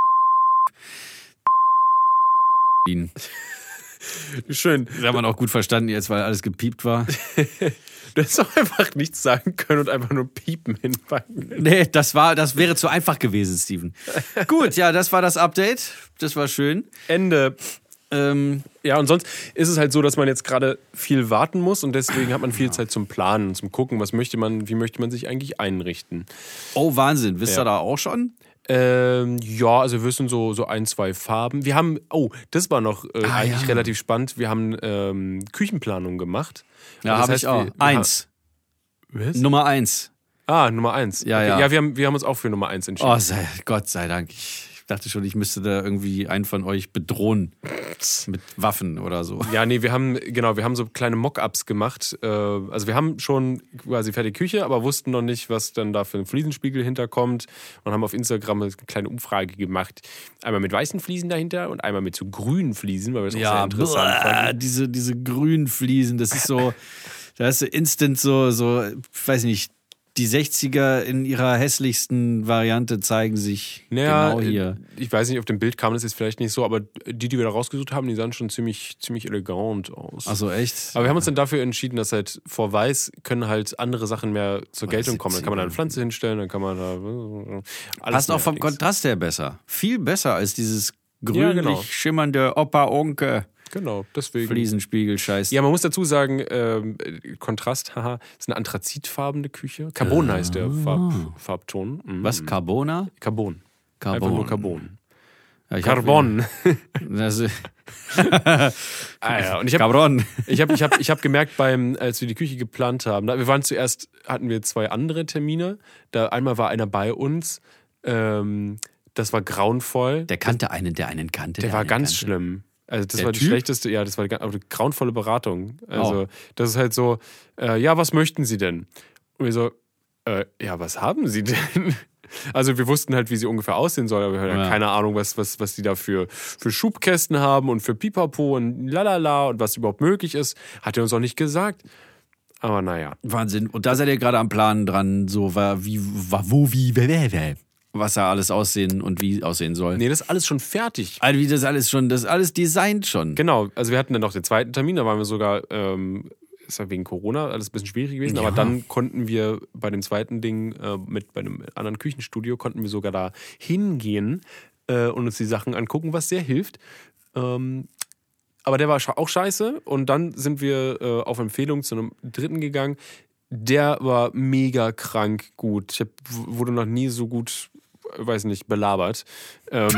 Schön. Das haben wir auch gut verstanden jetzt, weil alles gepiept war. Du hättest auch einfach nichts sagen können und einfach nur Piepen hinpacken. Nee, das war, das wäre zu einfach gewesen, Steven. Gut, ja, das war das Update. Das war schön. Ende. Ähm, Ja, und sonst ist es halt so, dass man jetzt gerade viel warten muss und deswegen hat man viel Zeit zum Planen, zum Gucken, was möchte man, wie möchte man sich eigentlich einrichten. oh, Wahnsinn. Wisst ihr Ja. da auch schon? Ähm, ja, also wir wissen so, so ein, zwei Farben. Wir haben, oh, das war noch äh, Ah, eigentlich ja. relativ spannend. Wir haben ähm, Küchenplanung gemacht. Ja, Und das habe heißt, ich auch. wir- wir Eins. ha- Was? Nummer eins. Ah, Nummer eins. Ja, okay. ja. Ja, wir haben, wir haben uns auch für Nummer eins entschieden. Oh, sei, Gott sei Dank. Ich dachte schon, ich müsste da irgendwie einen von euch bedrohen. Mit Waffen oder so. Ja, nee, wir haben, genau, wir haben so kleine Mock-ups gemacht. Äh, also wir haben schon quasi fertige Küche, aber wussten noch nicht, was dann da für ein Fliesenspiegel hinterkommt und haben auf Instagram eine kleine Umfrage gemacht. Einmal mit weißen Fliesen dahinter und einmal mit so grünen Fliesen, weil wir das auch sehr interessant boah, fanden. diese, diese grünen Fliesen, das ist so, da hast du instant so, so, ich weiß nicht, die sechziger in ihrer hässlichsten Variante zeigen sich Naja, genau hier. ich weiß nicht, auf dem Bild kam das jetzt vielleicht nicht so, aber die, die wir da rausgesucht haben, die sahen schon ziemlich, ziemlich elegant aus. Achso, echt? Aber wir haben uns dann dafür entschieden, dass halt vor Weiß können halt andere Sachen mehr zur Geltung kommen. Dann kann man da eine Pflanze hinstellen, dann kann man da alles Passt auch vom mehr. Kontrast her besser. Viel besser als dieses grünlich Ja, genau. schimmernde Opa-Onke Genau, deswegen. Fliesenspiegel-Scheiß. Ja, man muss dazu sagen, ähm, Kontrast, haha, ist eine anthrazitfarbene Küche. Carbon heißt der Farb, Farbton. Mhm. Was? Carbona? Carbon. Carbon. Einfach nur Carbon. Ja, ich hab- Carbon. Das, Ah, ja. Und ich habe Carbon. ich hab, ich hab, ich hab gemerkt, beim, als wir die Küche geplant haben, da, wir waren zuerst, hatten wir zwei andere Termine. Da einmal war einer bei uns, ähm, das war grauenvoll. Der kannte einen, der einen kannte. Der der war einen ganz kannte. schlimm. Also das Der war die Typ? schlechteste, ja, das war die, aber die grauenvolle Beratung. Also Oh. das ist halt so, äh, ja, was möchten Sie denn? Und wir so, äh, ja, was haben Sie denn? Also wir wussten halt, wie sie ungefähr aussehen soll, aber wir hatten Ja. ja keine Ahnung, was, was, was die da für, für Schubkästen haben und für Pipapo und lalala und was überhaupt möglich ist. Hat er uns auch nicht gesagt. Aber naja. Wahnsinn. Und da seid ihr gerade am Planen dran, so war, wie, war, wo, wie, wer, wer, wer. Was da alles aussehen und wie aussehen soll. Nee, das ist alles schon fertig. Also wie das alles schon, das ist alles designt schon. Genau, also wir hatten dann noch den zweiten Termin, da waren wir sogar, ähm, ist ja wegen Corona alles ein bisschen schwierig gewesen, Ja. aber dann konnten wir bei dem zweiten Ding, äh, mit bei einem anderen Küchenstudio, konnten wir sogar da hingehen äh, und uns die Sachen angucken, was sehr hilft. Ähm, aber der war sche- auch scheiße und dann sind wir äh, auf Empfehlung zu einem dritten gegangen. Der war mega krank gut. Ich hab, w- wurde noch nie so gut, äh, weiß nicht, belabert. Ähm,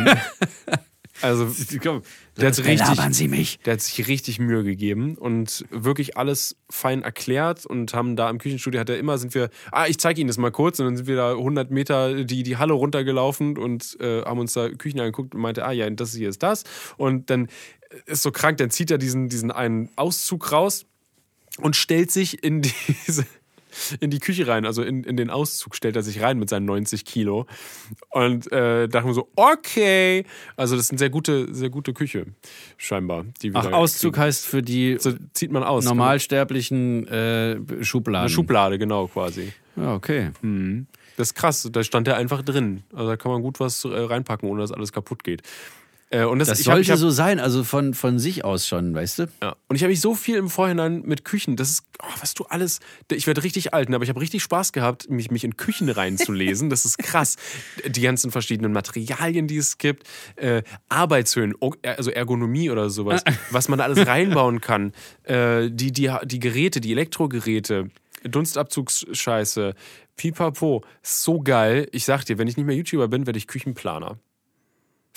also Komm, der hat richtig, belabern Sie mich. der hat sich richtig Mühe gegeben und wirklich alles fein erklärt und haben da im Küchenstudio hat er immer, sind wir, ah, ich zeige Ihnen das mal kurz und dann sind wir da hundert Meter die, die Halle runtergelaufen und äh, haben uns da Küchen angeguckt und meinte, ah ja, das hier ist das und dann ist so krank, dann zieht er diesen, diesen einen Auszug raus und stellt sich in diese in die Küche rein, also in, in den Auszug stellt er sich rein mit seinen neunzig Kilo und äh, dachten wir so, okay, also das ist eine sehr gute, sehr gute Küche, scheinbar. Die wir Ach, da Auszug kriegen. heißt für die So zieht man aus. normalsterblichen äh, Schubladen. Eine Schublade, genau, quasi. Ja, okay. Das ist krass, da stand der einfach drin. Also da kann man gut was äh, reinpacken, ohne dass alles kaputt geht. Äh, und das, Das ich hab, sollte ich hab, so sein, also von, von sich aus schon, weißt du? Ja. Und ich habe mich so viel im Vorhinein mit Küchen, das ist, oh, was du alles, ich werde richtig alt, aber ich habe richtig Spaß gehabt, mich, mich in Küchen reinzulesen. Das ist krass. Die ganzen verschiedenen Materialien, die es gibt, äh, Arbeitshöhen, also Ergonomie oder sowas, was man da alles reinbauen kann. Äh, die, die, die Geräte, die Elektrogeräte, Dunstabzugsscheiße, Pipapo, so geil. Ich sag dir, wenn ich nicht mehr YouTuber bin, werde ich Küchenplaner.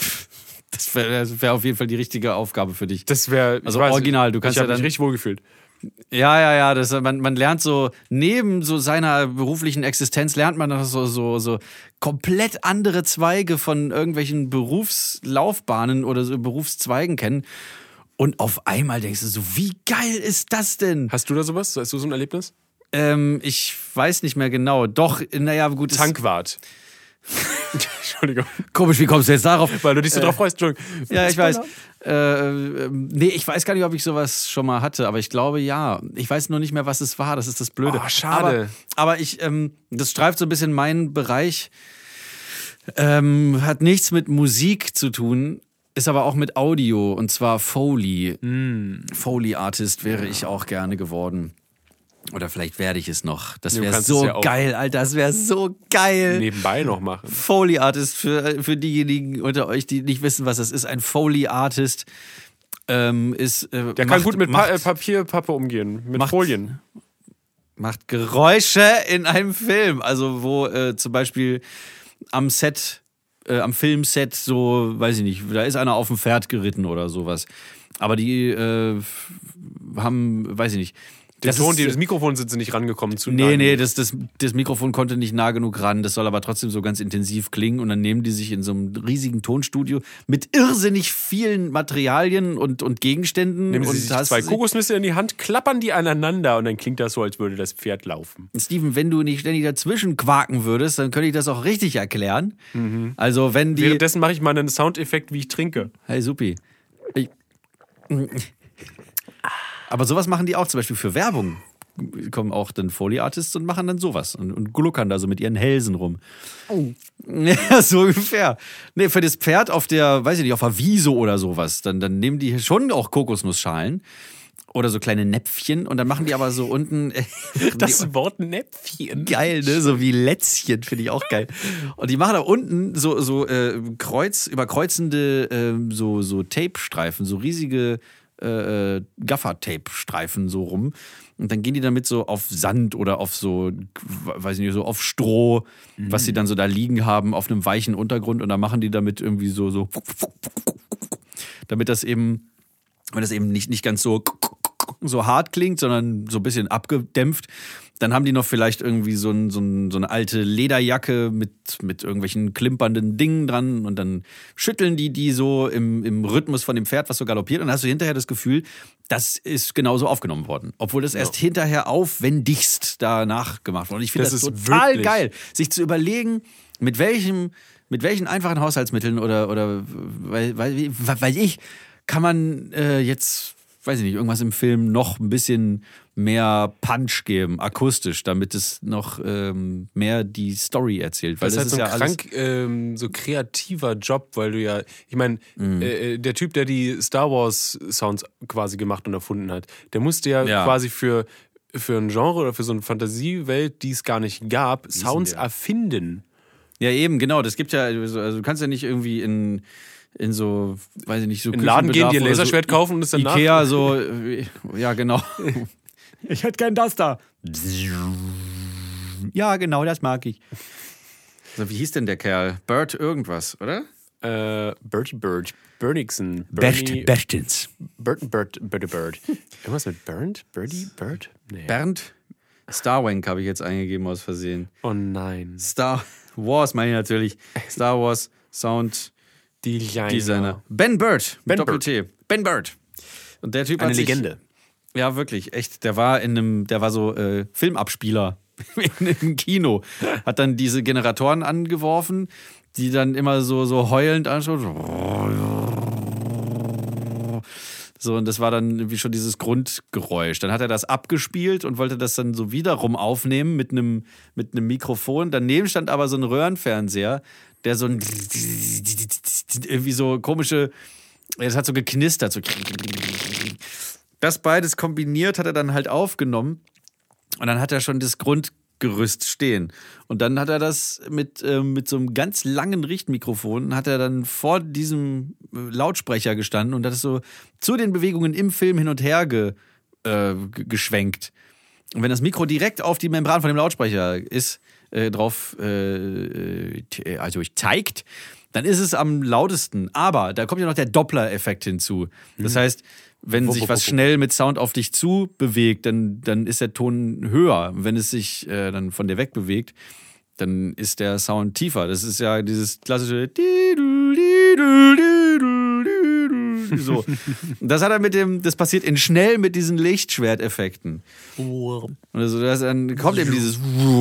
Das wäre wär auf jeden Fall die richtige Aufgabe für dich. Das wäre, Also original, du kannst ich hab ja mich dann- richtig wohl gefühlt. Ja, ja, ja. Das, man, man lernt so, neben so seiner beruflichen Existenz lernt man noch so, so, so komplett andere Zweige von irgendwelchen Berufslaufbahnen oder so Berufszweigen kennen. Und auf einmal denkst du so, wie geil ist das denn? Hast du da sowas? Hast du so ein Erlebnis? Ähm, ich weiß nicht mehr genau. Doch, naja, gut. Tankwart. Entschuldigung. Komisch, wie kommst du jetzt darauf? Weil du dich so äh, drauf freust, Entschuldigung. Ja, ich weiß. Äh, nee, ich weiß gar nicht, ob ich sowas schon mal hatte, aber ich glaube ja. Ich weiß nur nicht mehr, was es war. Das ist das Blöde. Oh, schade. Aber, aber ich, ähm, das streift so ein bisschen meinen Bereich. Ähm, hat nichts mit Musik zu tun, ist aber auch mit Audio und zwar Foley. Mm. Foley-Artist wäre ich auch gerne geworden. Oder vielleicht werde ich es noch. Das Du wäre kannst so es ja auch geil, Alter. Das wäre so geil. Nebenbei noch machen. Foley-Artist, für, für diejenigen unter euch, die nicht wissen, was das ist. Ein Foley-Artist ähm, ist. Äh, Der macht, kann gut mit macht, pa- Papier, Pappe umgehen. Mit macht, Folien. Macht Geräusche in einem Film. Also, wo äh, zum Beispiel am Set, äh, am Filmset so, weiß ich nicht, da ist einer auf dem Pferd geritten oder sowas. Aber die äh, haben, weiß ich nicht. Den Das Ton, ist- die, das Mikrofon sind sie nicht rangekommen zu Nee, nah nee, genug. das, das, das Mikrofon konnte nicht nah genug ran. Das soll aber trotzdem so ganz intensiv klingen. Und dann nehmen die sich in so einem riesigen Tonstudio mit irrsinnig vielen Materialien und, und Gegenständen. Nehmen sie und sich hast- zwei Kokosnüsse in die Hand, klappern die aneinander und dann klingt das so, als würde das Pferd laufen. Steven, wenn du nicht ständig dazwischen quaken würdest, dann könnte ich das auch richtig erklären. Mhm. Also wenn die... Währenddessen mache ich mal einen Soundeffekt, wie ich trinke. Hey, supi. Ich, aber sowas machen die auch zum Beispiel für Werbung. Kommen auch dann Foley-Artists und machen dann sowas und, und gluckern da so mit ihren Hälsen rum. Oh. Ja, so ungefähr. Nee, für das Pferd auf der, weiß ich nicht, auf der Wiese oder sowas, dann, dann nehmen die schon auch Kokosnussschalen oder so kleine Näpfchen und dann machen die aber so unten... Das Wort Näpfchen. Geil, ne? So wie Lätzchen, finde ich auch geil. Und die machen da unten so, so äh, kreuz, überkreuzende äh, so, so Tape-Streifen, so riesige äh, Gaffer-Tape-Streifen so rum. Und dann gehen die damit so auf Sand oder auf so, weiß ich nicht, so auf Stroh, mhm. was sie dann so da liegen haben, auf einem weichen Untergrund. Und dann machen die damit irgendwie so, so, damit das eben, damit das eben nicht, nicht ganz so, so hart klingt, sondern so ein bisschen abgedämpft. Dann haben die noch vielleicht irgendwie so, ein, so, ein, so eine alte Lederjacke mit, mit irgendwelchen klimpernden Dingen dran und dann schütteln die die so im, im Rhythmus von dem Pferd, was so galoppiert und dann hast du hinterher das Gefühl, das ist genauso aufgenommen worden. Obwohl das erst ja. hinterher aufwendigst danach gemacht wurde. Und ich finde das, das total wirklich geil, sich zu überlegen, mit welchem, mit welchen einfachen Haushaltsmitteln oder, oder weil, weil, weil ich, kann man äh, jetzt, weiß ich nicht, irgendwas im Film noch ein bisschen mehr Punch geben, akustisch, damit es noch ähm, mehr die Story erzählt. Weil das, das ist halt ist so ein ja krank ähm, so kreativer Job, weil du ja, ich meine, Mhm. äh, der Typ, der die Star Wars Sounds quasi gemacht und erfunden hat, der musste ja, Ja. quasi für, für ein Genre oder für so eine Fantasiewelt, die es gar nicht gab, Sounds der? erfinden. Ja, eben, genau. Das gibt ja, also du kannst ja nicht irgendwie in, in so, weiß ich nicht, so In den Laden gehen, dir ein Küchenbedarf oder Laserschwert so kaufen und es dann Ikea nach- so, äh, ja genau. Ich hätte gern das da. Ja, genau, das mag ich. So, wie hieß denn der Kerl? Bert irgendwas, oder? Äh, Bertie Bird, Bernixon, Bernie, Bestens. Bert, Bert, Bertie Bird. Irgendwas mit Bernd? Bertie Bird? Nee. Bernd Starwank habe ich jetzt eingegeben aus Versehen. Oh nein. Star Wars meine ich natürlich. Star Wars Sound Designer. Designer. Ben Bird. Ben mit Doppel-T. Ben Bird. Und der Typ Eine hat sich, Legende. Ja, wirklich, echt. Der war in einem, der war so äh, Filmabspieler in einem Kino. Hat dann diese Generatoren angeworfen, die dann immer so, so heulend anschauen. So, und das war dann irgendwie schon dieses Grundgeräusch. Dann hat er das abgespielt und wollte das dann so wiederum aufnehmen mit einem, mit einem Mikrofon. Daneben stand aber so ein Röhrenfernseher, der so ein irgendwie so komische, es hat so geknistert, so. Das beides kombiniert hat er dann halt aufgenommen und dann hat er schon das Grundgerüst stehen. Und dann hat er das mit, äh, mit so einem ganz langen Richtmikrofon, hat er dann vor diesem Lautsprecher gestanden und hat es so zu den Bewegungen im Film hin und her ge, äh, geschwenkt. Und wenn das Mikro direkt auf die Membran von dem Lautsprecher ist, äh, drauf äh, t- also zeigt, dann ist es am lautesten. Aber da kommt ja noch der Doppler-Effekt hinzu. Das heißt, wenn Wupp, sich wupp, was wupp. schnell mit Sound auf dich zu bewegt, dann, dann ist der Ton höher. Wenn es sich äh, dann von dir wegbewegt, dann ist der Sound tiefer. Das ist ja dieses klassische so. Und das hat er mit dem, das passiert in schnell mit diesen Lichtschwerteffekten. Und also das dann kommt eben dieses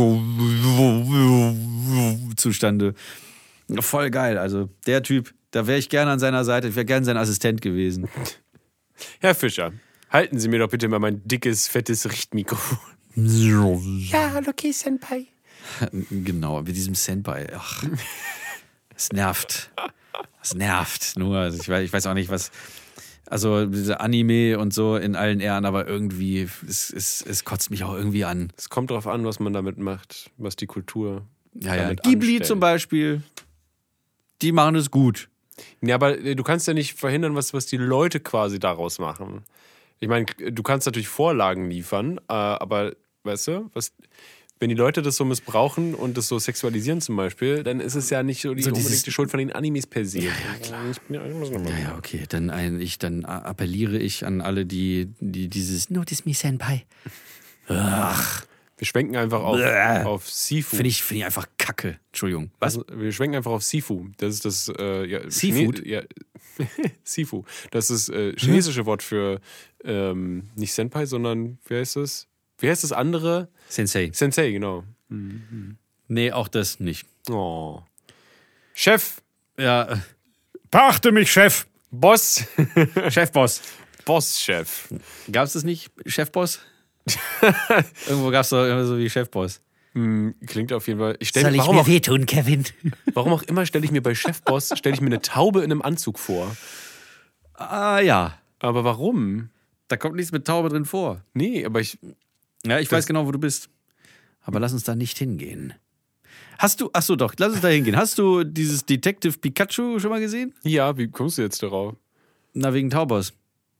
zustande. Voll geil. Also der Typ, da wäre ich gerne an seiner Seite. Ich wäre gerne sein Assistent gewesen. Herr Fischer, halten Sie mir doch bitte mal mein dickes, fettes Richtmikrofon. Ja, hallo, okay, Senpai. Genau, mit diesem Senpai. Ach, es nervt. Es nervt. Nur, also ich, weiß, ich weiß auch nicht, was. Also, diese Anime und so in allen Ehren, aber irgendwie, es, es, es kotzt mich auch irgendwie an. Es kommt drauf an, was man damit macht, was die Kultur. Ja, ja. damit Ghibli anstellt. zum Beispiel, die machen es gut. Ja, aber du kannst ja nicht verhindern, was, was die Leute quasi daraus machen. Ich meine, du kannst natürlich Vorlagen liefern, äh, aber weißt du, was, wenn die Leute das so missbrauchen und das so sexualisieren zum Beispiel, dann ist es ja nicht so die So dieses- unbedingt die Schuld von den Animes per se. Ja, klar. Ich bin ja, ich muss noch mal- Ja, ja, okay. Dann, ein, ich, dann appelliere ich an alle, die, die dieses Notice me, Senpai. Ach, Wir schwenken einfach auf, Bäh. auf Sifu. finde ich, find ich einfach kacke. Entschuldigung. Was? Also, wir schwenken einfach auf Sifu. Das ist das äh, ja, Seafood? Chine- ja, Sifu. Das ist das äh, chinesische Wort für ähm, nicht Senpai, sondern wie heißt das? Wie heißt das andere? Sensei. Sensei, genau. Nee, auch das nicht. Oh. Chef, Ja. Beachte mich, Chef. Boss, Chefboss. Boss-Chef. Gab es das nicht, Chefboss? Irgendwo gab es doch immer so wie Chefboss. Hm, klingt auf jeden Fall. Ich stell, warum, auch, wehtun, Kevin? warum auch immer stelle ich mir bei Chefboss stelle ich mir eine Taube in einem Anzug vor. Ah, ja. Aber warum? Da kommt nichts mit Taube drin vor. Nee, aber ich. Ja, ich weiß genau, wo du bist. Aber lass uns da nicht hingehen. Hast du, ach so doch, lass uns da hingehen. Hast du dieses Detective Pikachu schon mal gesehen? Ja, wie kommst du jetzt darauf? Na, wegen Taubos.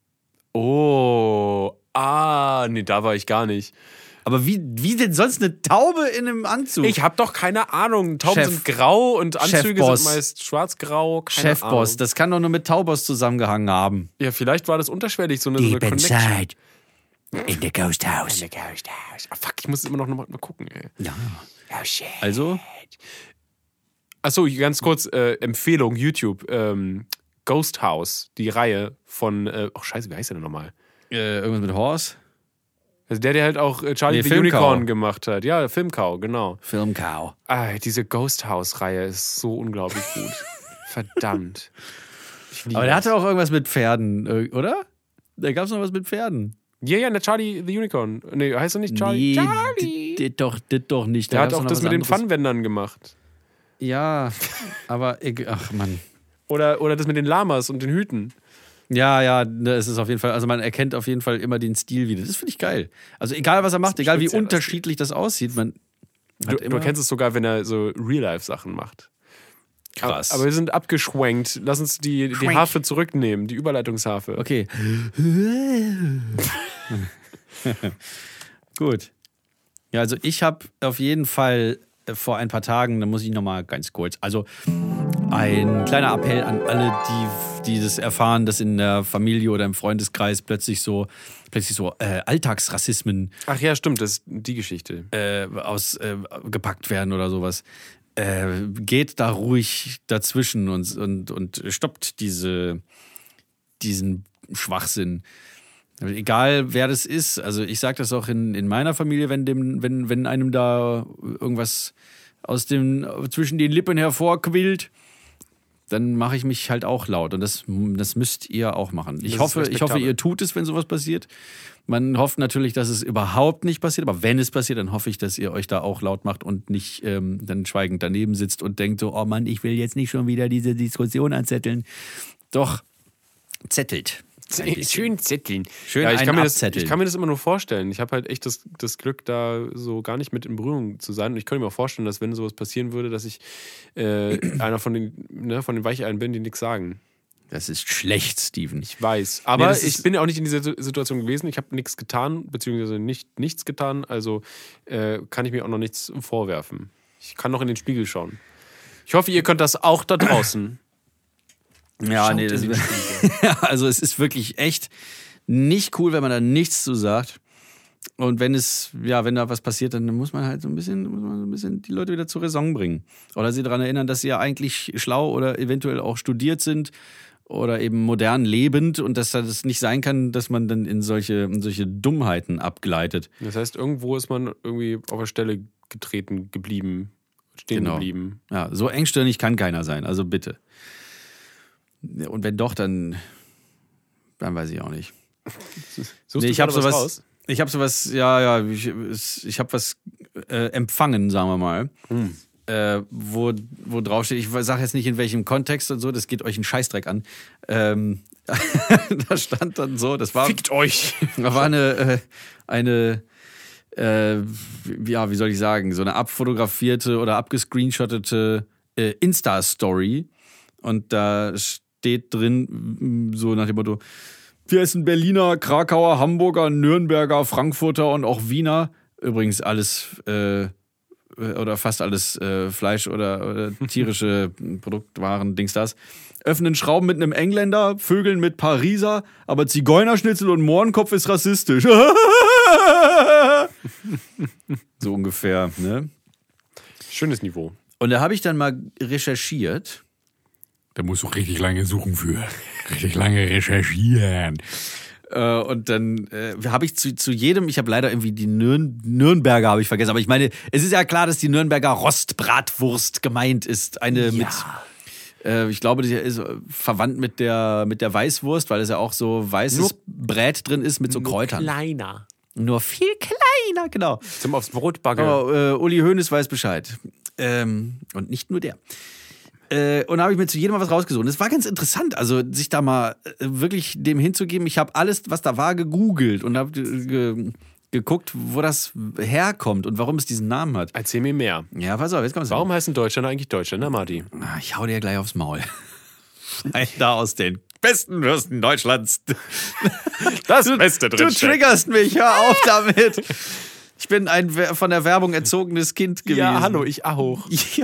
Oh, ah, nee, da war ich gar nicht. Aber wie, wie denn sonst eine Taube in einem Anzug? Ich habe doch keine Ahnung. Tauben Chef- sind grau und Anzüge Chefboss. sind meist schwarz-grau. Keine Chefboss, Ahnung. das kann doch nur mit Taubos zusammengehangen haben. Ja, vielleicht war das unterschwellig, so eine, so eine Connection. in the Ghost House. Ah, fuck, ich muss immer noch mal, mal gucken, ey. Ja. Also, Achso, ganz kurz, äh, Empfehlung, YouTube. Ähm, Ghost House, die Reihe von, äh, oh scheiße, wie heißt der denn nochmal? äh, irgendwas mit Horse? Also der, der halt auch äh, Charlie Nee, the Filmcow. Unicorn gemacht hat. Ja, Filmcow, genau. Filmcow. Ah, diese Ghost House-Reihe ist so unglaublich gut. Verdammt. Ich liebe Aber der es. hatte auch irgendwas mit Pferden, äh, oder? Da gab es noch was mit Pferden. Ja, ja, der Charlie the Unicorn. Nee, heißt er nicht Charlie? Nee, Charlie! d- d- doch, das doch nicht. Der Da hat gab's auch noch das was mit den anderes. Pfannwändern gemacht. Ja, aber ich, ach Mann. Oder, oder das mit den Lamas und den Hüten. Ja, ja, es ist auf jeden Fall, also man erkennt auf jeden Fall immer den Stil wieder. Das finde ich geil. Also egal, was er macht, Das ist egal wie spezieller unterschiedlich das aussieht, man Du, hat du immer... kennst es sogar, wenn er so Real-Life-Sachen macht. Krass. Aber wir sind abgeschwenkt. Lass uns die, die Harfe zurücknehmen, die Überleitungsharfe. Okay. Gut. Ja, also ich habe auf jeden Fall äh, vor ein paar Tagen, da muss ich nochmal ganz kurz, also ein kleiner Appell an alle, die, die das erfahren, dass in der Familie oder im Freundeskreis plötzlich so, plötzlich so äh, Alltagsrassismen Ach ja, stimmt, das ist die Geschichte. äh, ausgepackt äh, werden oder sowas. Äh, geht da ruhig dazwischen und, und, und stoppt diese, diesen Schwachsinn. Egal wer das ist, also ich sage das auch in, in meiner Familie, wenn, dem, wenn, wenn einem da irgendwas aus dem, zwischen den Lippen hervorquillt, dann mache ich mich halt auch laut. Und das, das müsst ihr auch machen. Ich Das ist hoffe, ich hoffe, respektabel. ihr tut es, wenn sowas passiert. Man hofft natürlich, dass es überhaupt nicht passiert, aber wenn es passiert, dann hoffe ich, dass ihr euch da auch laut macht und nicht ähm, dann schweigend daneben sitzt und denkt so, oh Mann, ich will jetzt nicht schon wieder diese Diskussion anzetteln. Doch, zettelt. Ein bisschen. Schön zetteln. Schön ja, ich, einen kann mir das, abzetteln. ich kann mir das immer nur vorstellen. Ich habe halt echt das, das Glück, da so gar nicht mit in Berührung zu sein. Und ich könnte mir auch vorstellen, dass wenn sowas passieren würde, dass ich äh, einer von den, ne, von den Weicheiern bin, die nichts sagen. Das ist schlecht, Steven. Ich weiß. Aber Nee, das ist- ich bin ja auch nicht in dieser Situation gewesen. Ich habe nichts getan, beziehungsweise nicht nichts getan. Also äh, kann ich mir auch noch nichts vorwerfen. Ich kann noch in den Spiegel schauen. Ich hoffe, ihr könnt das auch da draußen. Ja, Schaut nee, in das den also es ist wirklich echt nicht cool, wenn man da nichts zu sagt. Und wenn es, ja, wenn da was passiert, dann muss man halt so ein bisschen, muss man so ein bisschen die Leute wieder zur Raison bringen. Oder sie daran erinnern, dass sie ja eigentlich schlau oder eventuell auch studiert sind oder eben modern lebend und dass das nicht sein kann, dass man dann in solche, in solche Dummheiten abgleitet. Das heißt, irgendwo ist man irgendwie auf der Stelle getreten geblieben, stehen Genau. geblieben. Ja, so engstirnig kann keiner sein, also bitte. Und wenn doch, dann, dann weiß ich auch nicht. Suchst Nee, du ich habe gerade was sowas, raus? ich habe sowas, ja, ja, ich, ich habe was äh, empfangen, sagen wir mal, Hm. äh, wo, wo drauf steht, ich sage jetzt nicht in welchem Kontext und so, das geht euch einen Scheißdreck an. Ähm, da stand dann so, das war, Fickt euch! da war eine, äh, eine äh, ja, wie soll ich sagen, so eine abfotografierte oder abgescreenshottete äh, Insta-Story und da steht drin, so nach dem Motto, wir essen Berliner, Krakauer, Hamburger, Nürnberger, Frankfurter und auch Wiener. Übrigens alles äh, oder fast alles äh, Fleisch oder, oder tierische Produktwaren, Dings das. Öffnen Schrauben mit einem Engländer, Vögeln mit Pariser, aber Zigeunerschnitzel und Mohrenkopf ist rassistisch. So ungefähr, ne? Schönes Niveau. Und da habe ich dann mal recherchiert. Da musst du richtig lange suchen für. Richtig lange recherchieren. Äh, und dann äh, habe ich zu, zu jedem, ich habe leider irgendwie die Nürn, Nürnberger habe ich vergessen, aber ich meine, es ist ja klar, dass die Nürnberger Rostbratwurst gemeint ist. Eine Ja. mit, äh, ich glaube, die ist verwandt mit der, mit der Weißwurst, weil es ja auch so weißes Nur- Brät drin ist mit so Kräutern. Kleiner. Nur viel kleiner, genau. Zum aufs Brot baggern. Aber äh, Uli Hoeneß weiß Bescheid. Ähm, und nicht nur der. Äh, und da habe ich mir zu jedem mal was rausgesucht. Und es war ganz interessant, also sich da mal äh, wirklich dem hinzugeben. Ich habe alles, was da war, gegoogelt und habe ge geguckt, wo das herkommt und warum es diesen Namen hat. Erzähl mir mehr. Ja, pass auf, jetzt kommt's. Warum heißen Deutschländer eigentlich Deutschländer, Marty? Ah, ich hau dir gleich aufs Maul. Da aus den besten Würsten Deutschlands. Das Beste Du drin steckt. triggerst mich, hör auf damit. Ich bin ein von der Werbung erzogenes Kind gewesen. Ja, hallo, ich auch. Ja.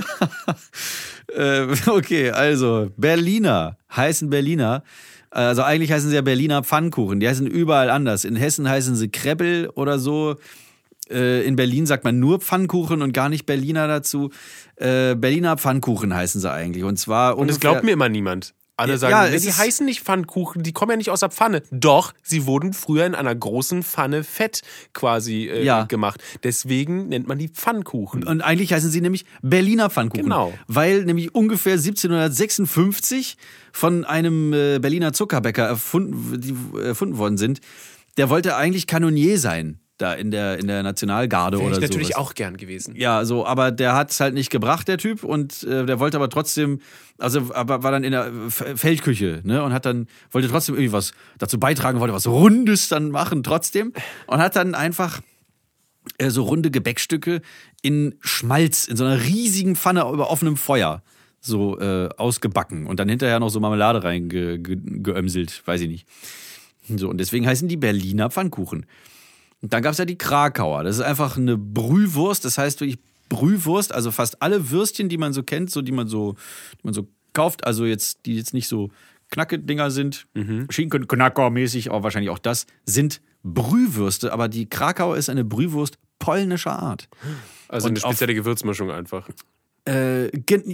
Äh, okay, also Berliner heißen Berliner. Also eigentlich heißen sie ja Berliner Pfannkuchen. Die heißen überall anders. In Hessen heißen sie Krebbel oder so. Äh, in Berlin sagt man nur Pfannkuchen und gar nicht Berliner dazu. Äh, Berliner Pfannkuchen heißen sie eigentlich. Und zwar Und es glaubt mir immer niemand. Alle Ja, sagen, ja, nee, es die ist- heißen nicht Pfannkuchen, die kommen ja nicht aus der Pfanne. Doch, sie wurden früher in einer großen Pfanne Fett quasi äh, Ja. gemacht. Deswegen nennt man die Pfannkuchen. Und eigentlich heißen sie nämlich Berliner Pfannkuchen. Genau. Weil nämlich ungefähr siebzehnhundertsechsundfünfzig von einem äh, Berliner Zuckerbäcker erfunden, die erfunden worden sind. Der wollte eigentlich Kanonier sein, da in der, in der Nationalgarde Wäre oder ich so. natürlich auch gern gewesen. Ja, so, aber der hat es halt nicht gebracht, der Typ, und äh, der wollte aber trotzdem, also aber war dann in der F Feldküche, ne, und hat dann, wollte trotzdem irgendwie was dazu beitragen, wollte was Rundes dann machen trotzdem und hat dann einfach äh, so runde Gebäckstücke in Schmalz, in so einer riesigen Pfanne über offenem Feuer so äh, ausgebacken und dann hinterher noch so Marmelade reingeömselt, weiß ich nicht. So, und deswegen heißen die Berliner Pfannkuchen. Und dann gab es ja die Krakauer. Das ist einfach eine Brühwurst. Das heißt wirklich Brühwurst. Also fast alle Würstchen, die man so kennt, so die man so, die man so kauft. Also jetzt, die jetzt nicht so Knacke-Dinger sind, mhm. Schinken-Knacker-mäßig, aber wahrscheinlich auch das, sind Brühwürste. Aber die Krakauer ist eine Brühwurst polnischer Art. Also Und eine spezielle Gewürzmischung einfach. Äh,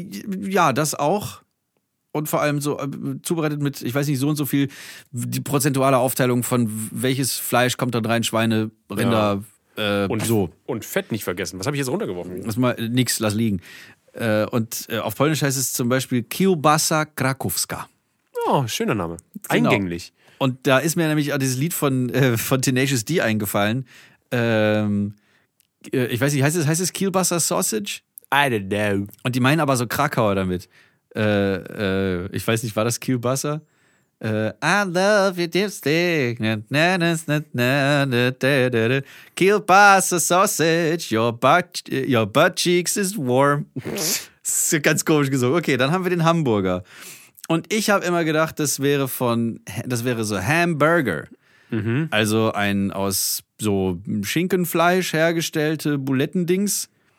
ja, das auch. Und vor allem so äh, zubereitet mit, ich weiß nicht, so und so viel, die prozentuale Aufteilung von welches Fleisch kommt da rein, Schweine, Rinder, ja. äh, und so. Und Fett nicht vergessen. Was habe ich jetzt runtergeworfen? Lass mal, nix, lass liegen. Äh, und äh, auf Polnisch heißt es zum Beispiel Kiełbasa Krakowska. Oh, schöner Name. Genau. Eingänglich. Und da ist mir nämlich auch dieses Lied von, äh, von Tenacious D eingefallen. Ähm, äh, ich weiß nicht, heißt es, heißt es Kielbasa Sausage? I don't know. Und die meinen aber so Krakauer damit. Äh, äh, ich weiß nicht, war das Kielbasa? Äh, I love your dipstick. Na, na, na, na, na, na, da, da, da. Kielbasa Sausage, your butt, your butt cheeks is warm. Das ist ganz komisch gesungen. Okay, dann haben wir den Hamburger. Und ich habe immer gedacht, das wäre von, das wäre so Hamburger. Mhm. Also ein aus so Schinkenfleisch hergestellte Bulettendings.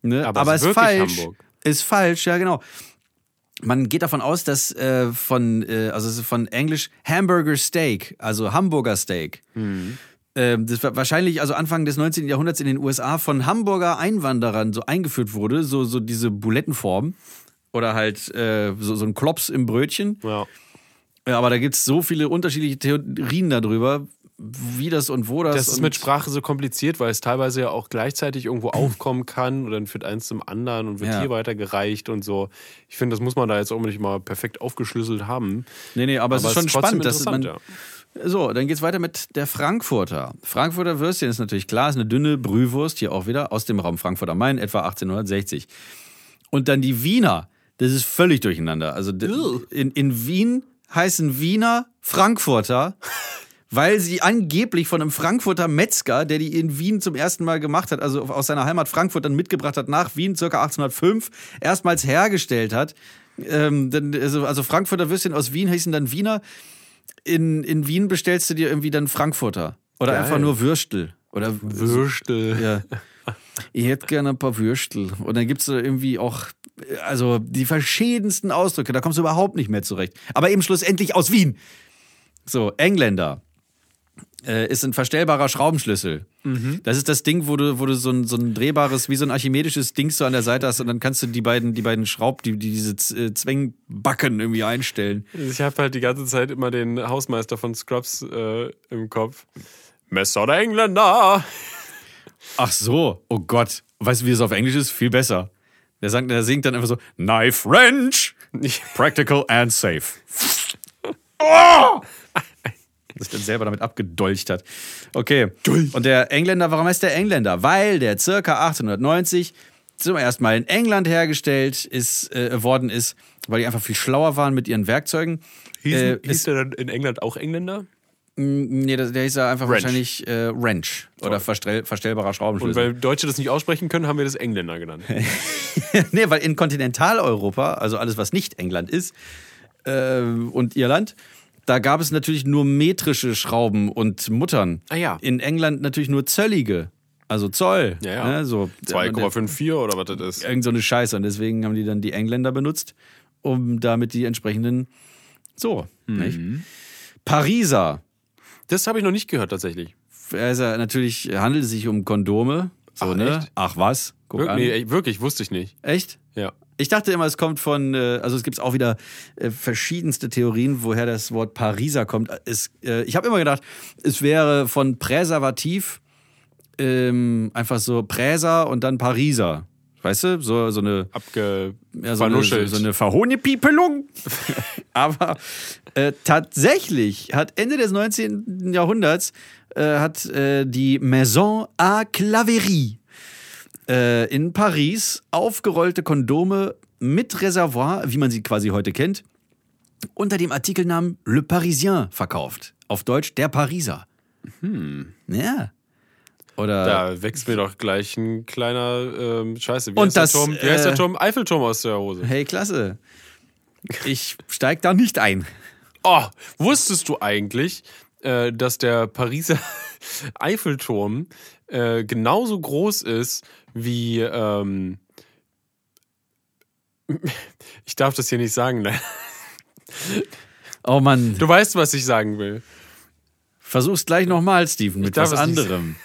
Ne? Aber, Aber es ist ist wirklich falsch. Hamburg. Ist falsch, ja genau. Man geht davon aus, dass äh, von, äh, also es ist von Englisch Hamburger Steak, also Hamburger Steak. Mhm. Ähm, das war wahrscheinlich also Anfang des neunzehnten. Jahrhunderts in den U S A von Hamburger Einwanderern so eingeführt wurde, so, so diese Bulettenform oder halt äh, so, so ein Klops im Brötchen. Ja. Ja, aber da gibt es so viele unterschiedliche Theorien darüber, wie das und wo das. Das ist und mit Sprache so kompliziert, weil es teilweise ja auch gleichzeitig irgendwo aufkommen kann und dann führt eins zum anderen und wird Ja. hier weitergereicht und so. Ich finde, das muss man da jetzt auch nicht mal perfekt aufgeschlüsselt haben. Nee, nee, aber, aber es ist schon trotzdem spannend, dass man. ja. So, dann geht's weiter mit der Frankfurter. Frankfurter Würstchen ist natürlich klar, ist eine dünne Brühwurst, hier auch wieder, aus dem Raum Frankfurt am Main, etwa achtzehnhundertsechzig. Und dann die Wiener, das ist völlig durcheinander. Also in, in Wien heißen Wiener Frankfurter, weil sie angeblich von einem Frankfurter Metzger, der die in Wien zum ersten Mal gemacht hat, also aus seiner Heimat Frankfurt dann mitgebracht hat, nach Wien, ca. achtzehnhundertfünf, erstmals hergestellt hat. Ähm, dann, also, also Frankfurter Würstchen aus Wien heißen dann Wiener. In, in Wien bestellst du dir irgendwie dann Frankfurter. Oder Geil. einfach nur Würstel. Oder Würstel. Ja. Ich hätte gerne ein paar Würstel. Und dann gibt es irgendwie auch, also die verschiedensten Ausdrücke. Da kommst du überhaupt nicht mehr zurecht. Aber eben schlussendlich aus Wien. So, Engländer. Äh, ist ein verstellbarer Schraubenschlüssel. Mhm. Das ist das Ding, wo du, wo du so ein, so ein drehbares, wie so ein archimedisches Ding so an der Seite hast und dann kannst du die beiden, die beiden Schraub, die, die diese Z- Zwängbacken irgendwie einstellen. Ich habe halt die ganze Zeit immer den Hausmeister von Scrubs äh, im Kopf. Messer der Engländer. Ach so, oh Gott. Weißt du, wie es auf Englisch ist? Viel besser. Der, sagt, der singt dann einfach so, Knife wrench, practical and safe. Oh! Sich dann selber damit abgedolcht hat. Okay. Und der Engländer, warum heißt der Engländer? Weil der circa achtzehnhundertneunzig zum ersten Mal in England hergestellt ist, äh, worden ist, weil die einfach viel schlauer waren mit ihren Werkzeugen. Hieß, äh, hieß der dann in England auch Engländer? Nee, der, der hieß ja einfach Wrench. wahrscheinlich äh, Wrench oder verstell, verstellbarer Und Schraubenschlüssel. weil Deutsche das nicht aussprechen können, haben wir das Engländer genannt. Nee, weil in Kontinentaleuropa, also alles, was nicht England ist, äh, und Irland, da gab es natürlich nur metrische Schrauben und Muttern. Ah ja. In England natürlich nur zöllige. Also Zoll. Ja, ja. Ne, so, zwei Komma fünfundfünfzig oder was das ist. Irgend so eine Scheiße. Und deswegen haben die dann die Engländer benutzt, um damit die entsprechenden. So, Mhm. nicht? Pariser. Das habe ich noch nicht gehört tatsächlich. Also natürlich handelt es sich um Kondome. So, Ach, ne? echt? Ach was? Guck Wir, an. nee, ey, wirklich, wusste ich nicht. Echt? Ja. Ich dachte immer, es kommt von, äh, also es gibt auch wieder äh, verschiedenste Theorien, woher das Wort Pariser kommt. Es, äh, ich habe immer gedacht, es wäre von Präservativ ähm, einfach so Präser und dann Pariser. Weißt du? So, so eine, Abge... ja, so eine, so, vernuschelt. so eine Verhohnepiepelung. Aber äh, tatsächlich hat Ende des neunzehnten. Jahrhunderts äh, hat äh, die Maison à Claverie äh, in Paris aufgerollte Kondome mit Reservoir, wie man sie quasi heute kennt, unter dem Artikelnamen Le Parisien verkauft. Auf Deutsch der Pariser. Hm. Ja. Oder Da wächst mir doch gleich ein kleiner ähm, Scheiße. Wie, Und heißt der das, Turm? Wie heißt der äh, Turm? Eiffelturm aus der Hose. hey, klasse. Ich steig da nicht ein. Oh, wusstest du eigentlich, äh, dass der Pariser Eiffelturm äh, genauso groß ist wie... Ähm, ich darf das hier nicht sagen, ne? Oh Mann. Du weißt, was ich sagen will. Versuch's gleich nochmal, Steven, mit darf was es nicht anderem.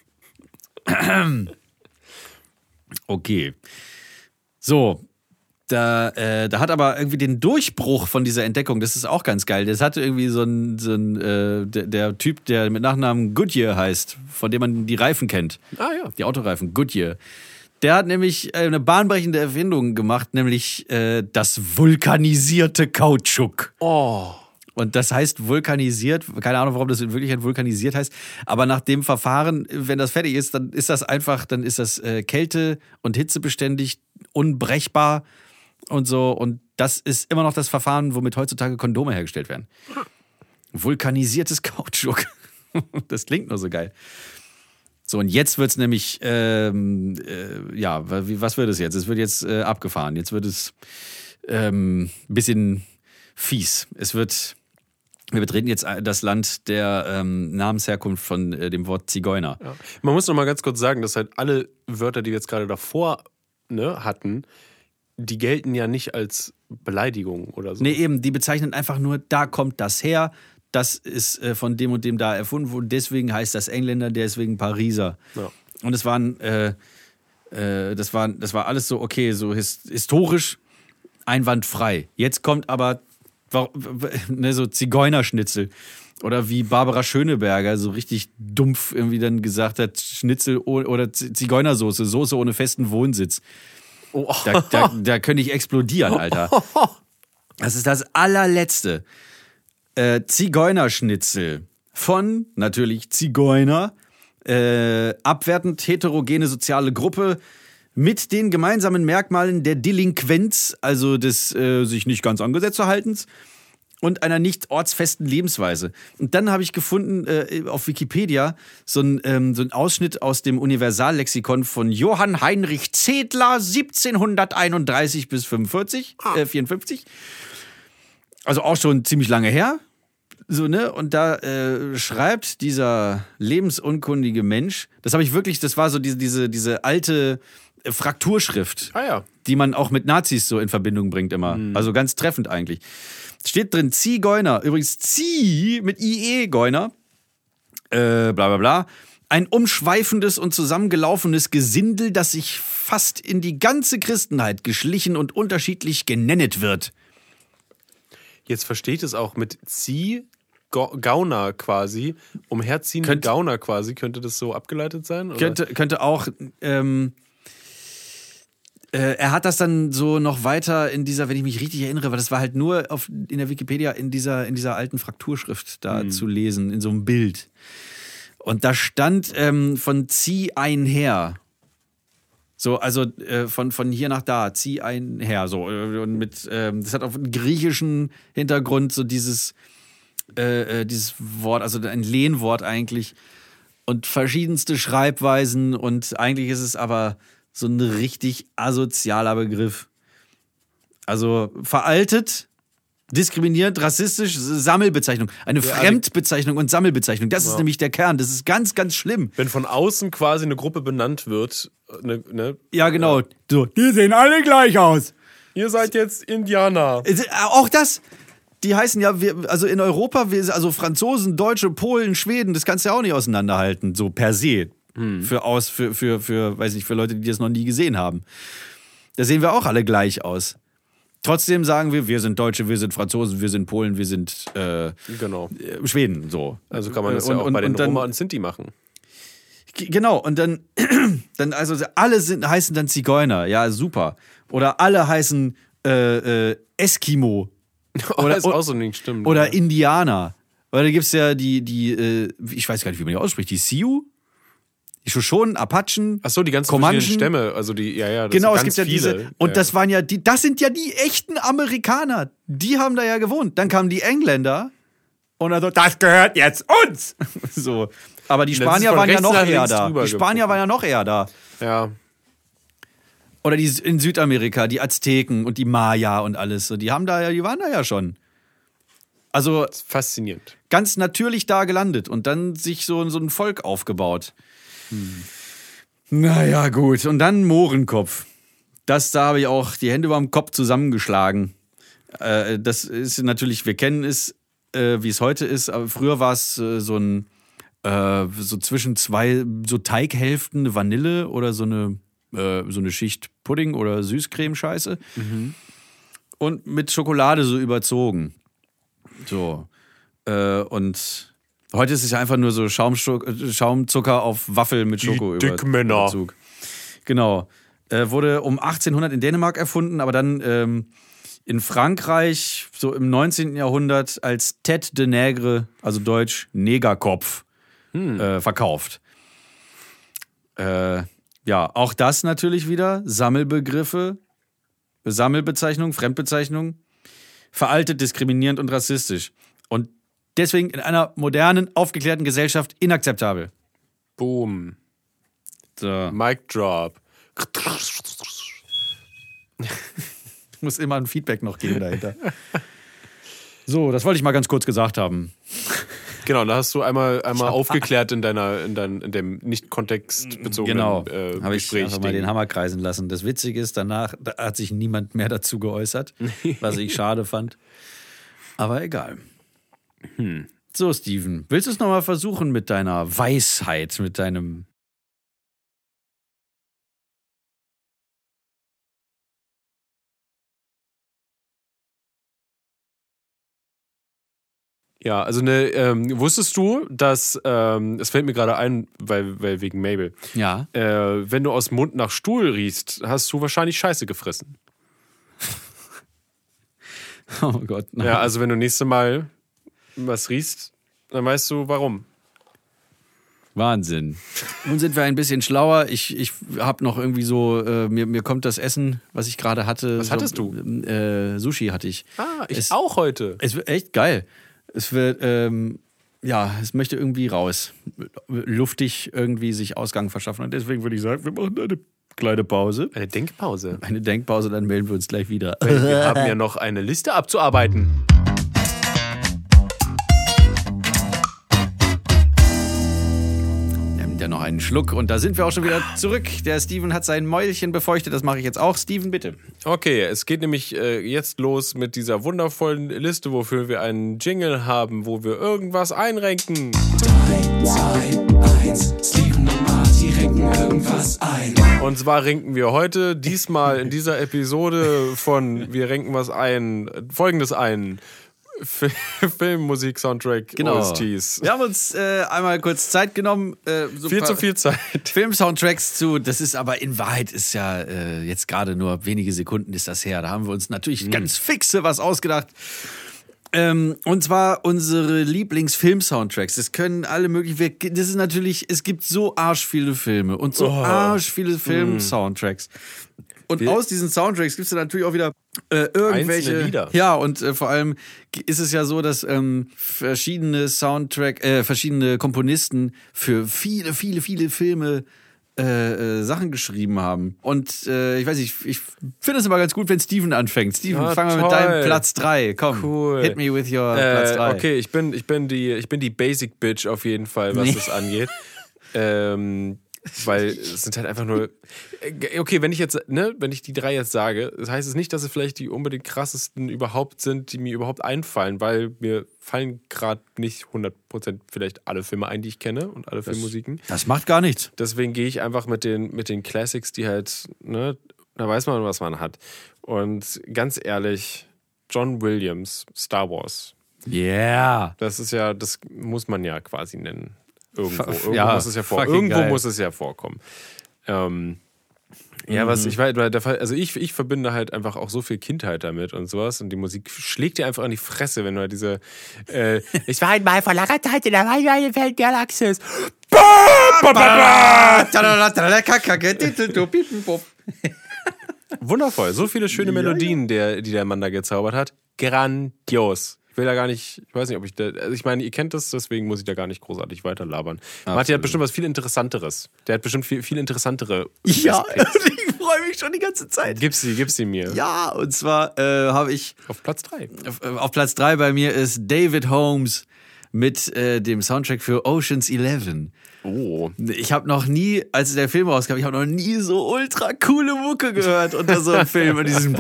Okay. So. Da, äh, da hat aber irgendwie den Durchbruch von dieser Entdeckung, das ist auch ganz geil. Das hatte irgendwie so ein, so ein äh, der, der Typ, der mit Nachnamen Goodyear heißt, von dem man die Reifen kennt. Ah ja. Die Autoreifen, Goodyear. Der hat nämlich eine bahnbrechende Erfindung gemacht, nämlich äh, das vulkanisierte Kautschuk. Oh. Und das heißt vulkanisiert, keine Ahnung, warum das in Wirklichkeit vulkanisiert heißt, aber nach dem Verfahren, wenn das fertig ist, dann ist das einfach, dann ist das äh, kälte- und hitzebeständig, unbrechbar und so. Und das ist immer noch das Verfahren, womit heutzutage Kondome hergestellt werden. Vulkanisiertes Kautschuk. Das klingt nur so geil. So, und jetzt wird es nämlich, ähm, äh, ja, was wird es jetzt? Es wird jetzt äh, abgefahren. Jetzt wird es ein ähm, bisschen fies. Es wird... Wir betreten jetzt das Land der ähm, Namensherkunft von äh, dem Wort Zigeuner. Ja. Man muss noch mal ganz kurz sagen, dass halt alle Wörter, die wir jetzt gerade davor ne, hatten, die gelten ja nicht als Beleidigung oder so. Nee, eben, die bezeichnen einfach nur, da kommt das her, das ist äh, von dem und dem da erfunden worden, deswegen heißt das Engländer, deswegen Pariser. Ja. Und es waren, äh, äh, das war, das war alles so, okay, so his- historisch einwandfrei. Jetzt kommt aber ne, so Zigeunerschnitzel. Oder wie Barbara Schöneberger so richtig dumpf irgendwie dann gesagt hat, Schnitzel oder Zigeunersoße, Soße ohne festen Wohnsitz. Oh. Da, da, da könnte ich explodieren, Alter. Das ist das allerletzte. Äh, Zigeunerschnitzel von natürlich Zigeuner, äh, abwertend heterogene soziale Gruppe mit den gemeinsamen Merkmalen der Delinquenz, also des äh, sich nicht ganz angesetzt Verhaltens, und einer nicht ortsfesten Lebensweise. Und dann habe ich gefunden äh, auf Wikipedia so einen ähm, so ein Ausschnitt aus dem Universallexikon von Johann Heinrich Zedler, siebzehnhunderteinunddreißig bis fünfundvierzig, äh, vierundfünfzig. Also auch schon ziemlich lange her. So, ne? Und da äh, schreibt dieser lebensunkundige Mensch, das habe ich wirklich, das war so diese, diese, diese alte äh, Frakturschrift, ah, ja. die man auch mit Nazis so in Verbindung bringt immer. Mhm. Also ganz treffend eigentlich. Steht drin, Zigeuner, übrigens Zie mit I E, Geuner, äh, bla bla bla. Ein umschweifendes und zusammengelaufenes Gesindel, das sich fast in die ganze Christenheit geschlichen und unterschiedlich genennet wird. Jetzt versteht es auch mit Zieh, Gauner quasi, umherziehende Könnt, Gauner quasi, könnte das so abgeleitet sein? Oder? Könnte, könnte auch, ähm, äh, er hat das dann so noch weiter in dieser, wenn ich mich richtig erinnere, weil das war halt nur auf, in der Wikipedia in dieser, in dieser alten Frakturschrift da hm. zu lesen, in so einem Bild. Und da stand ähm, von zieh einher. So, also äh, von, von hier nach da, zieh einher. So. Und mit, ähm, das hat auf einem griechischen Hintergrund so dieses, äh, dieses Wort, also ein Lehnwort eigentlich. Und verschiedenste Schreibweisen. Und eigentlich ist es aber so ein richtig asozialer Begriff. Also veraltet, diskriminierend, rassistisch, Sammelbezeichnung. Eine ja, Fremdbezeichnung und Sammelbezeichnung. Das ja. ist nämlich der Kern. Das ist ganz, ganz schlimm. Wenn von außen quasi eine Gruppe benannt wird. Ne, ne? Ja, genau. Ja. So, die sehen alle gleich aus. Ihr seid jetzt Indianer. Auch das. Die heißen ja, wir, also in Europa, wir, also Franzosen, Deutsche, Polen, Schweden, das kannst du ja auch nicht auseinanderhalten, so per se. Hm. Für, aus, für, für, für, weiß nicht, für Leute, die das noch nie gesehen haben. Da sehen wir auch alle gleich aus. Trotzdem sagen wir, wir sind Deutsche, wir sind Franzosen, wir sind Polen, wir sind äh, genau. Schweden. So. Also kann man das und, ja auch und, bei den dann, Roma und Sinti machen. Genau, und dann, dann also alle sind, heißen dann Zigeuner, ja, super. Oder alle heißen äh, äh, Eskimo. Oder, das ist auch so nicht stimmt. Oder ja. Indianer. Weil da gibt es ja die, die äh, ich weiß gar nicht, wie man die ausspricht, die Sioux? Die Shoshonen, Apachen, ach so, die ganzen Comanchen. verschiedenen Stämme, also die, ja, ja, das genau, sind ganz es gibt ja viele. Diese, und ja. das waren ja die, das sind ja die echten Amerikaner. Die haben da ja gewohnt. Dann kamen die Engländer und also, das gehört jetzt uns. So. Aber die Spanier waren ja noch eher da. Die Spanier waren ja noch eher da. Ja. Oder die in Südamerika, die Azteken und die Maya und alles. So, die haben da ja, die waren da ja schon. Also. Das ist faszinierend. Ganz natürlich da gelandet und dann sich so, so ein Volk aufgebaut. Hm. Naja, gut. Und dann Mohrenkopf. Das, da habe ich auch die Hände über dem Kopf zusammengeschlagen. Äh, das ist natürlich, wir kennen es, äh, wie es heute ist, aber früher war es äh, so ein, äh, so zwischen zwei, so Teighälften, Vanille oder so eine, äh, so eine Schicht Pudding oder Süßcreme-Scheiße. Mhm. Und mit Schokolade so überzogen. So. Äh, und heute ist es ja einfach nur so Schaumstu- Schaumzucker auf Waffel mit Schoko die Dickmänner. Überzug. Genau. Äh, wurde um achtzehnhundert in Dänemark erfunden, aber dann ähm, in Frankreich so im neunzehnten Jahrhundert als Tête de Nègre, also deutsch Negerkopf, hm. äh, verkauft. Äh, ja, auch das natürlich wieder Sammelbegriffe, Sammelbezeichnung, Fremdbezeichnung, veraltet, diskriminierend und rassistisch. Und deswegen in einer modernen, aufgeklärten Gesellschaft inakzeptabel. Boom. So. Mic drop. Muss immer ein Feedback noch geben dahinter. So, das wollte ich mal ganz kurz gesagt haben. Genau, da hast du einmal, einmal aufgeklärt in deiner, in deinem, in dem nicht kontextbezogenen Genau, äh, habe ich Gespräch. einfach mal den Hammer kreisen lassen. Das Witzige ist, danach da hat sich niemand mehr dazu geäußert, was ich schade fand. Aber egal. Hm. So, Steven, willst du es nochmal versuchen mit deiner Weisheit, mit deinem... Ja, also ne, ähm, wusstest du, dass, ähm, es fällt mir gerade ein, weil, weil wegen Mabel, Ja. äh, wenn du aus dem Mund nach Stuhl riechst, hast du wahrscheinlich Scheiße gefressen. Oh Gott, nein. Ja, also wenn du nächstes Mal was riechst, dann weißt du, warum. Wahnsinn. Nun sind wir ein bisschen schlauer. Ich, ich habe noch irgendwie so, äh, mir, mir kommt das Essen, was ich gerade hatte. Was so, hattest du? Äh, Sushi hatte ich. Ah, ich es, auch heute. Es wird echt geil. Es wird, ähm, ja, es möchte irgendwie raus. Luftig irgendwie sich Ausgang verschaffen. Und deswegen würde ich sagen, wir machen eine kleine Pause. Eine Denkpause. Eine Denkpause, dann melden wir uns gleich wieder. Wir haben ja noch eine Liste abzuarbeiten. Wir haben ja noch einen Schluck und da sind wir auch schon wieder zurück. Der Steven hat sein Mäulchen befeuchtet, das mache ich jetzt auch. Steven, bitte. Okay, es geht nämlich äh, jetzt los mit dieser wundervollen Liste, wofür wir einen Jingle haben, wo wir irgendwas einrenken. drei, zwei, eins, Steven und Marty renken irgendwas ein. Und zwar renken wir heute, diesmal in dieser Episode von Wir renken was ein, folgendes ein. F- Filmmusik, Soundtrack, Genau. O S Ts. Wir haben uns äh, einmal kurz Zeit genommen. Äh, so Viel paar zu viel Zeit. Film-Soundtracks zu. Das ist aber in Wahrheit ist ja äh, jetzt gerade nur wenige Sekunden ist das her. Da haben wir uns natürlich Mhm. ganz fixe was ausgedacht. Ähm, und zwar unsere Lieblingsfilm-Soundtracks. Das können alle möglichen. Das ist natürlich, es gibt so arsch viele Filme und so Oh. arsch viele Film-Soundtracks. Und Wir- aus diesen Soundtracks gibt es natürlich auch wieder äh, irgendwelche Einzelne Lieder. Ja, und äh, vor allem ist es ja so, dass ähm, verschiedene Soundtrack, äh, verschiedene Komponisten für viele, viele, viele Filme äh, äh, Sachen geschrieben haben. Und äh, ich weiß nicht, ich finde es immer ganz gut, wenn Steven anfängt. Steven, Ja, fangen wir mit toll. deinem Platz drei. Komm, Cool. hit me with your Platz Äh, drei. okay, ich bin, ich bin die, ich bin die Basic Bitch auf jeden Fall, was Nee. das angeht. Ähm, weil es sind halt einfach nur. Okay, wenn ich jetzt, ne, wenn ich die drei jetzt sage, das heißt es nicht, dass es vielleicht die unbedingt krassesten überhaupt sind, die mir überhaupt einfallen, weil mir fallen gerade nicht hundert Prozent vielleicht alle Filme ein, die ich kenne und alle Filmmusiken. Das macht gar nichts. Deswegen gehe ich einfach mit den, mit den Classics, die halt, ne, da weiß man, was man hat. Und ganz ehrlich, John Williams, Star Wars. Yeah. Das ist ja, das muss man ja quasi nennen. Irgendwo. F- Irgendwo ja, muss es ja vor, fucking irgendwo geil. muss es ja vorkommen. Ähm, ja, was ich weiß, der Fall, also ich, ich verbinde halt einfach auch so viel Kindheit damit und sowas und die Musik schlägt dir einfach in die Fresse, wenn du halt diese äh, ich war einmal vor langer Zeit in der Welt Galaxis. Wundervoll, so viele schöne Melodien, der, die der Mann da gezaubert hat. Grandios. Ich will da gar nicht, ich weiß nicht, ob ich da, also ich meine, ihr kennt das, deswegen muss ich da gar nicht großartig weiterlabern. Martin hat bestimmt was viel Interessanteres. Der hat bestimmt viel, viel interessantere. Ja, Best-Picks. ich freue mich schon die ganze Zeit. Gib sie, gib sie mir. Ja, und zwar äh, habe ich Auf Platz drei. auf, auf Platz drei bei mir ist David Holmes mit äh, dem Soundtrack für Ocean's Eleven. Oh. Ich habe noch nie, als der Film rauskam, ich habe noch nie so ultra coole Mucke gehört unter so einem Film. Und diesen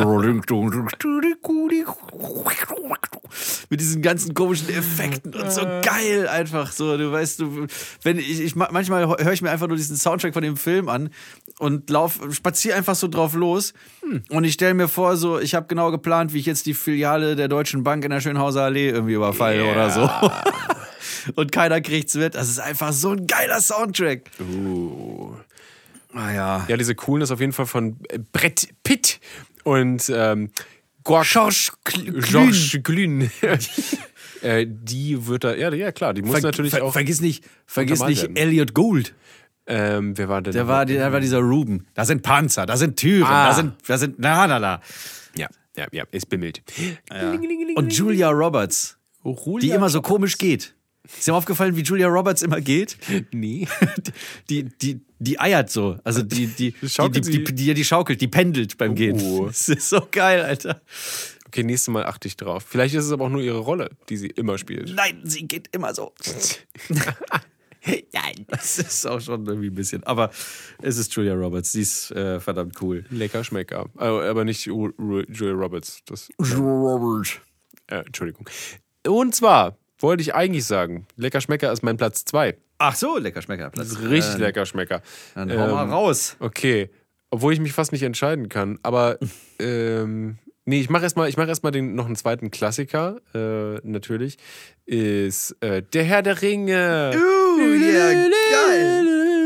mit diesen ganzen komischen Effekten und so geil einfach so. Du weißt, du, wenn ich, ich manchmal höre ich mir einfach nur diesen Soundtrack von dem Film an und lauf, spazier einfach so drauf los. Und ich stelle mir vor, so, ich habe genau geplant, wie ich jetzt die Filiale der Deutschen Bank in der Schönhauser Allee irgendwie überfalle Yeah. oder so. Und keiner kriegt's mit. Das ist einfach so ein geiler Soundtrack. Uh. Ah ja. Ja, diese Coolness auf jeden Fall von äh, Brett Pitt und ähm, Georges Georges Glyn. äh, die wird da, ja, ja klar, die muss Ver natürlich ver auch. vergiss nicht, vergiss untermalt nicht werden. Elliot Gould. Ähm, wer war denn? Der war, der war dieser Ruben. Da sind Panzer, da sind Türen, Ah. da sind, da sind, na, na, na. Ja, ja, ja, ist bimmelt. Ja. Und Julia Roberts, die immer so komisch geht. Ist dir mal aufgefallen, wie Julia Roberts immer geht? Nee. Die, die, die eiert so. Also die, die, die, Schaukelt die, die, die, die, die schaukelt, die pendelt beim Gehen. Oh. Das ist so geil, Alter. Okay, nächstes Mal achte ich drauf. Vielleicht ist es aber auch nur ihre Rolle, die sie immer spielt. Nein, sie geht immer so. Nein. Das ist auch schon irgendwie ein bisschen. Aber es ist Julia Roberts. Die ist äh, verdammt cool. Lecker Schmecker. Aber nicht Julia Roberts. Das, Julia Roberts. Äh, Entschuldigung. Und zwar wollte ich eigentlich sagen, Lecker Schmecker ist mein Platz zwei. Ach so, Lecker Schmecker. Das ist richtig äh, lecker Schmecker. Dann hau ähm, mal raus. Okay. Obwohl ich mich fast nicht entscheiden kann. Aber ähm, nee, ich mache erstmal mach erst den, noch einen zweiten Klassiker, äh, natürlich. Ist äh, Der Herr der Ringe. Uh, ja, geil.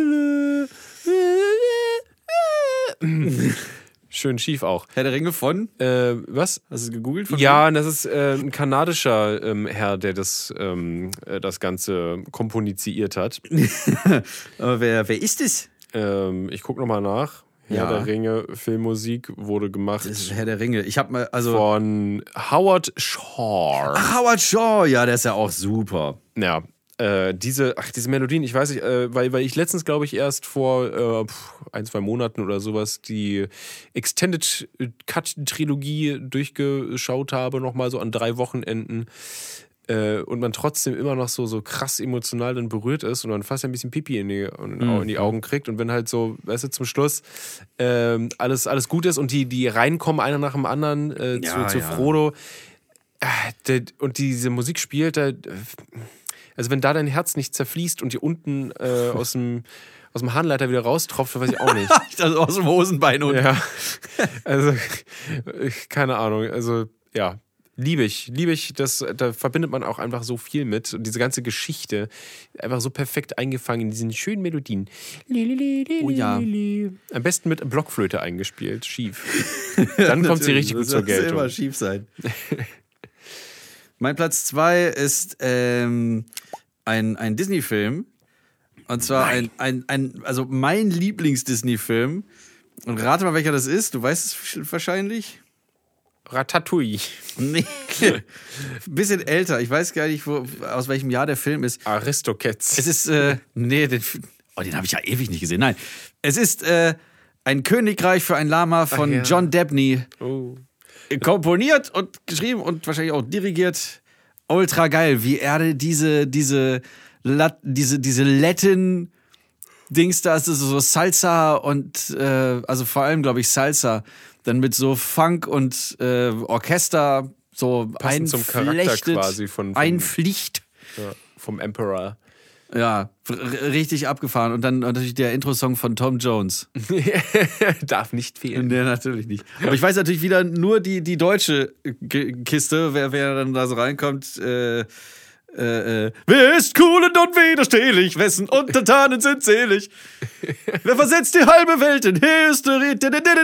Schön schief auch. Herr der Ringe von? Äh, was? Hast du es gegoogelt? Von ja, das ist äh, ein kanadischer ähm, Herr, der das, ähm, das Ganze kommuniziert hat. Aber wer, wer ist es? Ähm, ich gucke nochmal nach. Herr Ja. der Ringe Filmmusik wurde gemacht Das ist Herr der Ringe. Ich habe mal, also. von Howard Shore. Ach, Howard Shore, ja, der ist ja auch super. Ja, äh, diese, ach, diese Melodien, ich weiß nicht, äh, weil, weil ich letztens, glaube ich, erst vor äh, ein, zwei Monaten oder sowas die Extended Cut Trilogie durchgeschaut habe, nochmal so an drei Wochenenden. Äh, und man trotzdem immer noch so, so krass emotional dann berührt ist und man fast ein bisschen Pipi in die, in, in die Augen kriegt. Und wenn halt so, weißt du, zum Schluss ähm, alles, alles gut ist und die, die reinkommen, einer nach dem anderen äh, Ja, zu, zu ja. Frodo äh, der, und diese Musik spielt, da, also wenn da dein Herz nicht zerfließt und dir unten äh, aus dem aus dem Harnleiter wieder raustropft, weiß ich auch nicht. Also aus dem Hosenbein unten. Ja, also keine Ahnung, also ja. Liebe ich, liebe ich, das, da verbindet man auch einfach so viel mit. Und diese ganze Geschichte einfach so perfekt eingefangen in diesen schönen Melodien. Oh ja. Am besten mit Blockflöte eingespielt, schief. Dann kommt sie richtig gut zur Das muss immer Geltung. schief sein. Mein Platz zwei ist ähm, ein, ein Disney-Film. Und zwar ein, ein, ein, also mein Lieblings-Disney-Film. Und rate mal, welcher das ist. Du weißt es wahrscheinlich. Ratatouille. Nee. Bisschen älter. Ich weiß gar nicht, wo, aus welchem Jahr der Film ist. Aristocats. Es ist, äh, nee, den, oh, den habe ich ja ewig nicht gesehen. Nein. Es ist äh, Ein Königreich für ein Lama von Ach ja. John Dabney. Oh. Komponiert und geschrieben und wahrscheinlich auch dirigiert. Ultra geil, wie er diese, diese, Lat, diese, diese Latin Dings da ist, so Salsa und, äh, also vor allem, glaube ich, Salsa. Dann mit so Funk und äh, Orchester so Passend zum Charakter einflechtet, quasi von, von einpflicht. Ja, vom Emperor. Ja, r- richtig abgefahren. Und dann natürlich der Intro-Song von Tom Jones. Darf nicht fehlen. Nee, natürlich nicht. Aber ich weiß natürlich wieder nur die, die deutsche K- Kiste, wer, wer dann da so reinkommt. Äh, äh, äh. Wer ist cool und unwiderstehlich? Wessen Untertanen sind selig? Wer versetzt die halbe Welt in Hysterie?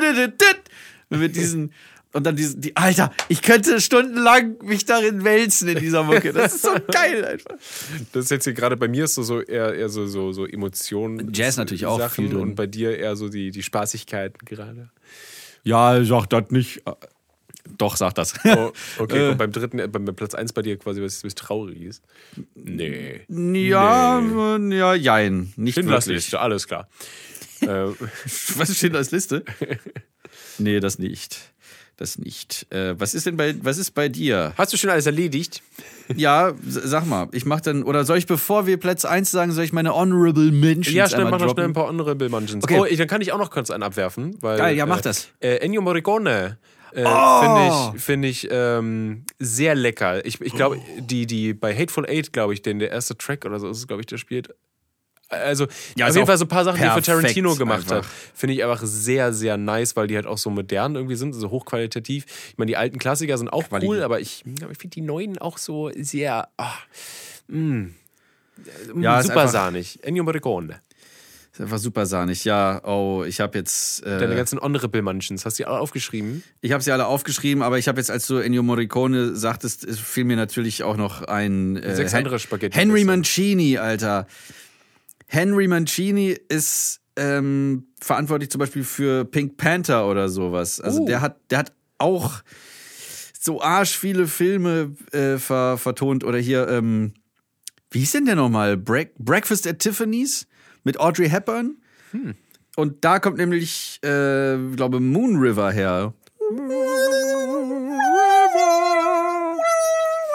Mit diesen. Und dann diesen, die, Alter, ich könnte stundenlang mich darin wälzen in dieser Mucke. Das ist so geil einfach. Das ist jetzt hier gerade bei mir ist so, so eher, eher so, so, so Emotionen. Jazz natürlich auch Sachen viel drin. Und bei dir eher so die, die Spaßigkeiten gerade. Ja, sag das nicht. Doch, sag das. Oh, okay, Äh. und beim dritten, äh, beim Platz eins bei dir quasi was, was Trauriges. Nee. Ja, nee. ja, jein. Nicht Schindlers wirklich. Liste, alles klar. äh, Was steht als Liste? Nee, das nicht. Das nicht. Äh, was ist denn bei, was ist bei dir? hast du schon alles erledigt? Ja, s- sag mal. Ich mach dann, oder soll ich, bevor wir Platz eins sagen, soll ich meine Honorable Mentions Ja, schnell, einmal mach noch droppen? schnell ein paar Honorable Mentions. Okay. Oh, ich, dann kann ich auch noch kurz einen abwerfen. Weil, Geil, ja, mach äh, das. Äh, Ennio Morricone. Äh, Oh! Finde ich, find ich ähm, sehr lecker. Ich, ich glaube, die, die bei Hateful Eight, glaube ich, den der erste Track oder so ist es, glaube ich, der spielt. Also, Ja, auf ist jeden auch Fall so ein paar Sachen, die er für perfekt Tarantino gemacht einfach. hat, finde ich einfach sehr, sehr nice, weil die halt auch so modern irgendwie sind, so hochqualitativ. Ich meine, die alten Klassiker sind auch Qualität. cool, aber ich, aber ich finde die neuen auch so sehr ah, mm, Ja, ist super einfach- sahnig. Ennio Morricone. Ist einfach super sahnig. Ja, oh, ich habe jetzt. Äh, Deine ganzen Honorable Mentions, hast du die alle aufgeschrieben? Ich habe sie alle aufgeschrieben, aber ich habe jetzt, als du Ennio Morricone sagtest, es fiel mir natürlich auch noch ein äh, Sechs Hen- andere Spaghetti. Henry Mancini, Alter. Henry Mancini ist ähm, verantwortlich zum Beispiel für Pink Panther oder sowas. Also Uh. der hat, der hat auch so arsch viele Filme äh, ver, vertont. Oder hier, ähm, wie hieß denn der nochmal? Break, Breakfast at Tiffany's mit Audrey Hepburn. Hm. Und da kommt nämlich, äh, ich glaube, Moon River her.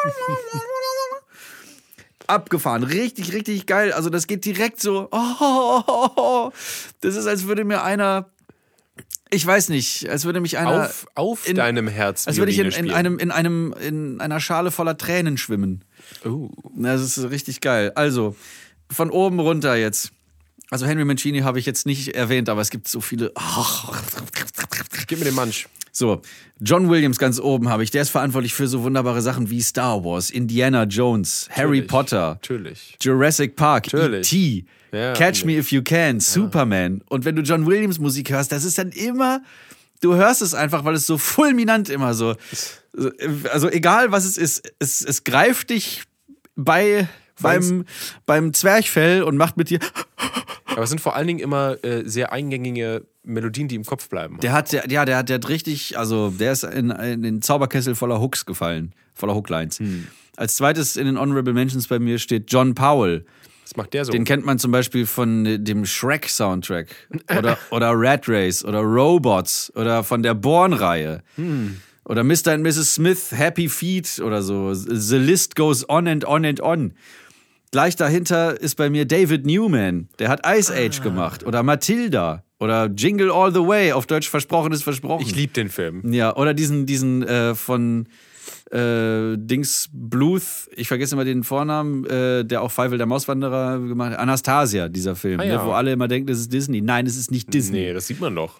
Abgefahren. Richtig, richtig geil. Also das geht direkt so. Oh, das ist, als würde mir einer, ich weiß nicht, als würde mich einer Auf, auf in, deinem Herz. als würde ich in, in spielen. einem, in einem, in einer Schale voller Tränen schwimmen. Oh. Das ist richtig geil. Also, von oben runter jetzt. Also Henry Mancini habe ich jetzt nicht erwähnt, aber es gibt so viele. Oh. Gib mir den Mansch. So, John Williams ganz oben habe ich. Der ist verantwortlich für so wunderbare Sachen wie Star Wars, Indiana Jones, Harry Natürlich. Potter, Natürlich. Jurassic Park, Natürlich. E T, Ja, Catch Me If You Can, Superman. Und wenn du John Williams Musik hörst, das ist dann immer, du hörst es einfach, weil es so fulminant immer so, also egal was es ist, es, es greift dich bei, beim, beim Zwerchfell und macht mit dir. Aber es sind vor allen Dingen immer äh, sehr eingängige Melodien, die im Kopf bleiben. Der hat, der, ja, der hat, der hat richtig, also der ist in, in den Zauberkessel voller Hooks gefallen, voller Hooklines. Hm. Als zweites in den Honorable Mentions bei mir steht John Powell. Was macht der so? Den kennt man zum Beispiel von dem Shrek-Soundtrack oder, oder Rat Race oder Robots oder von der Bourne-Reihe. Hm. Oder Mister and Missus Smith, Happy Feet oder so. The list goes on and on and on. Gleich dahinter ist bei mir David Newman. Der hat Ice Age ah. gemacht. Oder Matilda. Oder Jingle All the Way. Auf Deutsch versprochen ist versprochen. Ich liebe den Film. Ja, oder diesen, diesen äh, von äh, Dings Bluth. Ich vergesse immer den Vornamen. Äh, der auch Feivel der Mauswanderer gemacht hat. Anastasia, dieser Film. Ah, ja. Ne, wo alle immer denken, das ist Disney. Nein, es ist nicht Disney. Nee, das sieht man doch.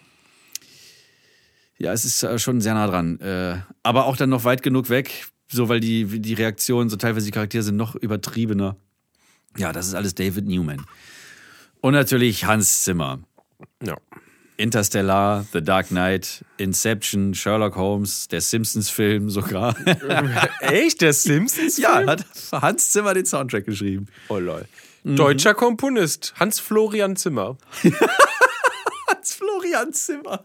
Ja, es ist äh, schon sehr nah dran. Äh, aber auch dann noch weit genug weg. So, weil die, die Reaktionen, so teilweise die Charaktere sind noch übertriebener. Ja, das ist alles David Newman. Und natürlich Hans Zimmer. Ja. Interstellar, The Dark Knight, Inception, Sherlock Holmes, der Simpsons-Film sogar. Echt? Der Simpsons-Film? Ja, hat Hans Zimmer den Soundtrack geschrieben. Oh lol. Mhm. Deutscher Komponist, Hans-Florian Zimmer. Hans-Florian Zimmer.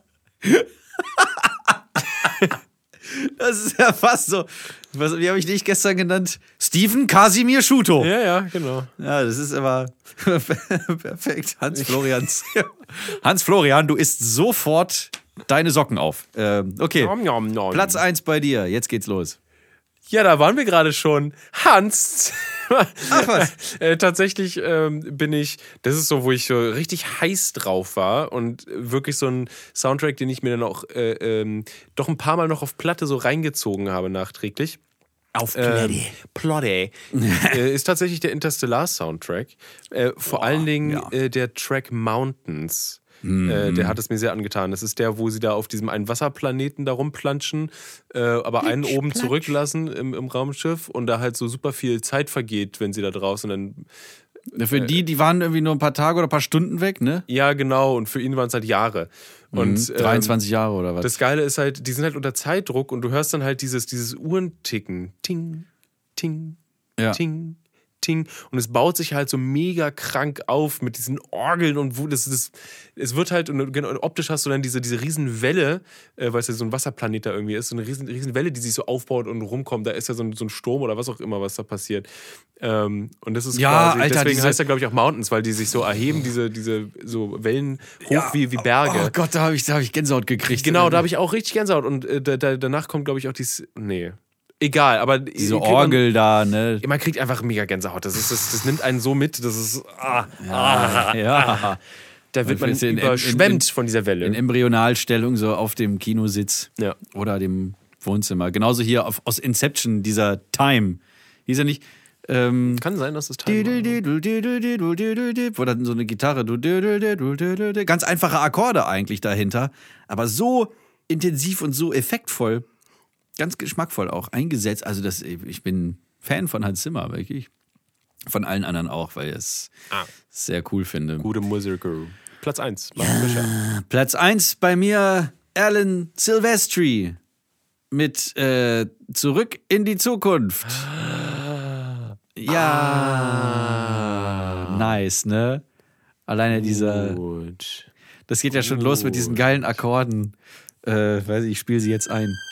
Das ist ja fast so. Was, wie habe ich dich gestern genannt? Steven Casimir Schuto. Ja, ja, genau. Ja, das ist aber perfekt. Hans-Florian. Hans-Florian, du isst sofort deine Socken auf. Ähm, okay. Nom, nom, nom. Platz eins bei dir. Jetzt geht's los. Ja, da waren wir gerade schon. Hans. Ach was. äh, tatsächlich ähm, bin ich, das ist so, wo ich so richtig heiß drauf war und wirklich so ein Soundtrack, den ich mir dann auch äh, ähm, doch ein paar Mal noch auf Platte so reingezogen habe nachträglich. Auf Platte. Ähm, Platte. äh, ist tatsächlich der Interstellar-Soundtrack. Äh, vor Boah, allen Dingen ja. äh, der Track Mountains. Mhm. Äh, der hat es mir sehr angetan. Das ist der, wo sie da auf diesem einen Wasserplaneten da rumplanschen, äh, aber einen Plitsch, oben platsch. zurücklassen im, im Raumschiff und da halt so super viel Zeit vergeht, wenn sie da draußen dann. Für die, die waren irgendwie nur ein paar Tage oder ein paar Stunden weg, ne? Ja, genau. Und für ihn waren es halt Jahre. Und, mhm. dreiundzwanzig ähm, Jahre oder was? Das Geile ist halt, die sind halt unter Zeitdruck und du hörst dann halt dieses, dieses Uhrenticken. Ting, ting, ja. ting. Ting. Und es baut sich halt so mega krank auf mit diesen Orgeln und wo das, das es wird halt, und optisch hast du dann diese, diese riesen Welle, äh, weil es ja so ein Wasserplanet da irgendwie ist, so eine riesen, riesen Welle, die sich so aufbaut und rumkommt. Da ist ja so ein, so ein Sturm oder was auch immer, was da passiert. Ähm, und das ist ja, quasi, Alter, deswegen diese, heißt er, glaube ich, auch Mountains, weil die sich so erheben, diese, diese so Wellen hoch ja, wie, wie Berge. Oh Gott, da habe ich, hab ich Gänsehaut gekriegt. Genau, da habe ich auch richtig Gänsehaut. Und äh, da, da, danach kommt, glaube ich, auch dieses, nee. Egal, aber diese Orgel man, da, ne? Man kriegt einfach mega Gänsehaut. Das, ist, das, das nimmt einen so mit, das ist. Ah, ja, ah, ja. Da wird man in, überschwemmt in, in, von dieser Welle. In Embryonalstellung, so auf dem Kinositz ja. oder dem Wohnzimmer. Genauso hier auf, aus Inception, dieser Time. Hieß er nicht? Ähm, Kann sein, dass es Time war. Wo dann so eine Gitarre. Ganz einfache Akkorde eigentlich dahinter. Aber so intensiv und so effektvoll. Ganz geschmackvoll auch eingesetzt. Also das, ich bin Fan von Hans Zimmer, wirklich. Von allen anderen auch, weil ich es ah. sehr cool finde. Gute Musik. Platz eins. Ja, Platz eins bei mir Alan Silvestri mit äh, Zurück in die Zukunft. Ja. Ah. Nice, ne? Alleine dieser... Gut. Das geht ja schon Gut. los mit diesen geilen Akkorden. Äh, weiß ich, ich spiele sie jetzt ein.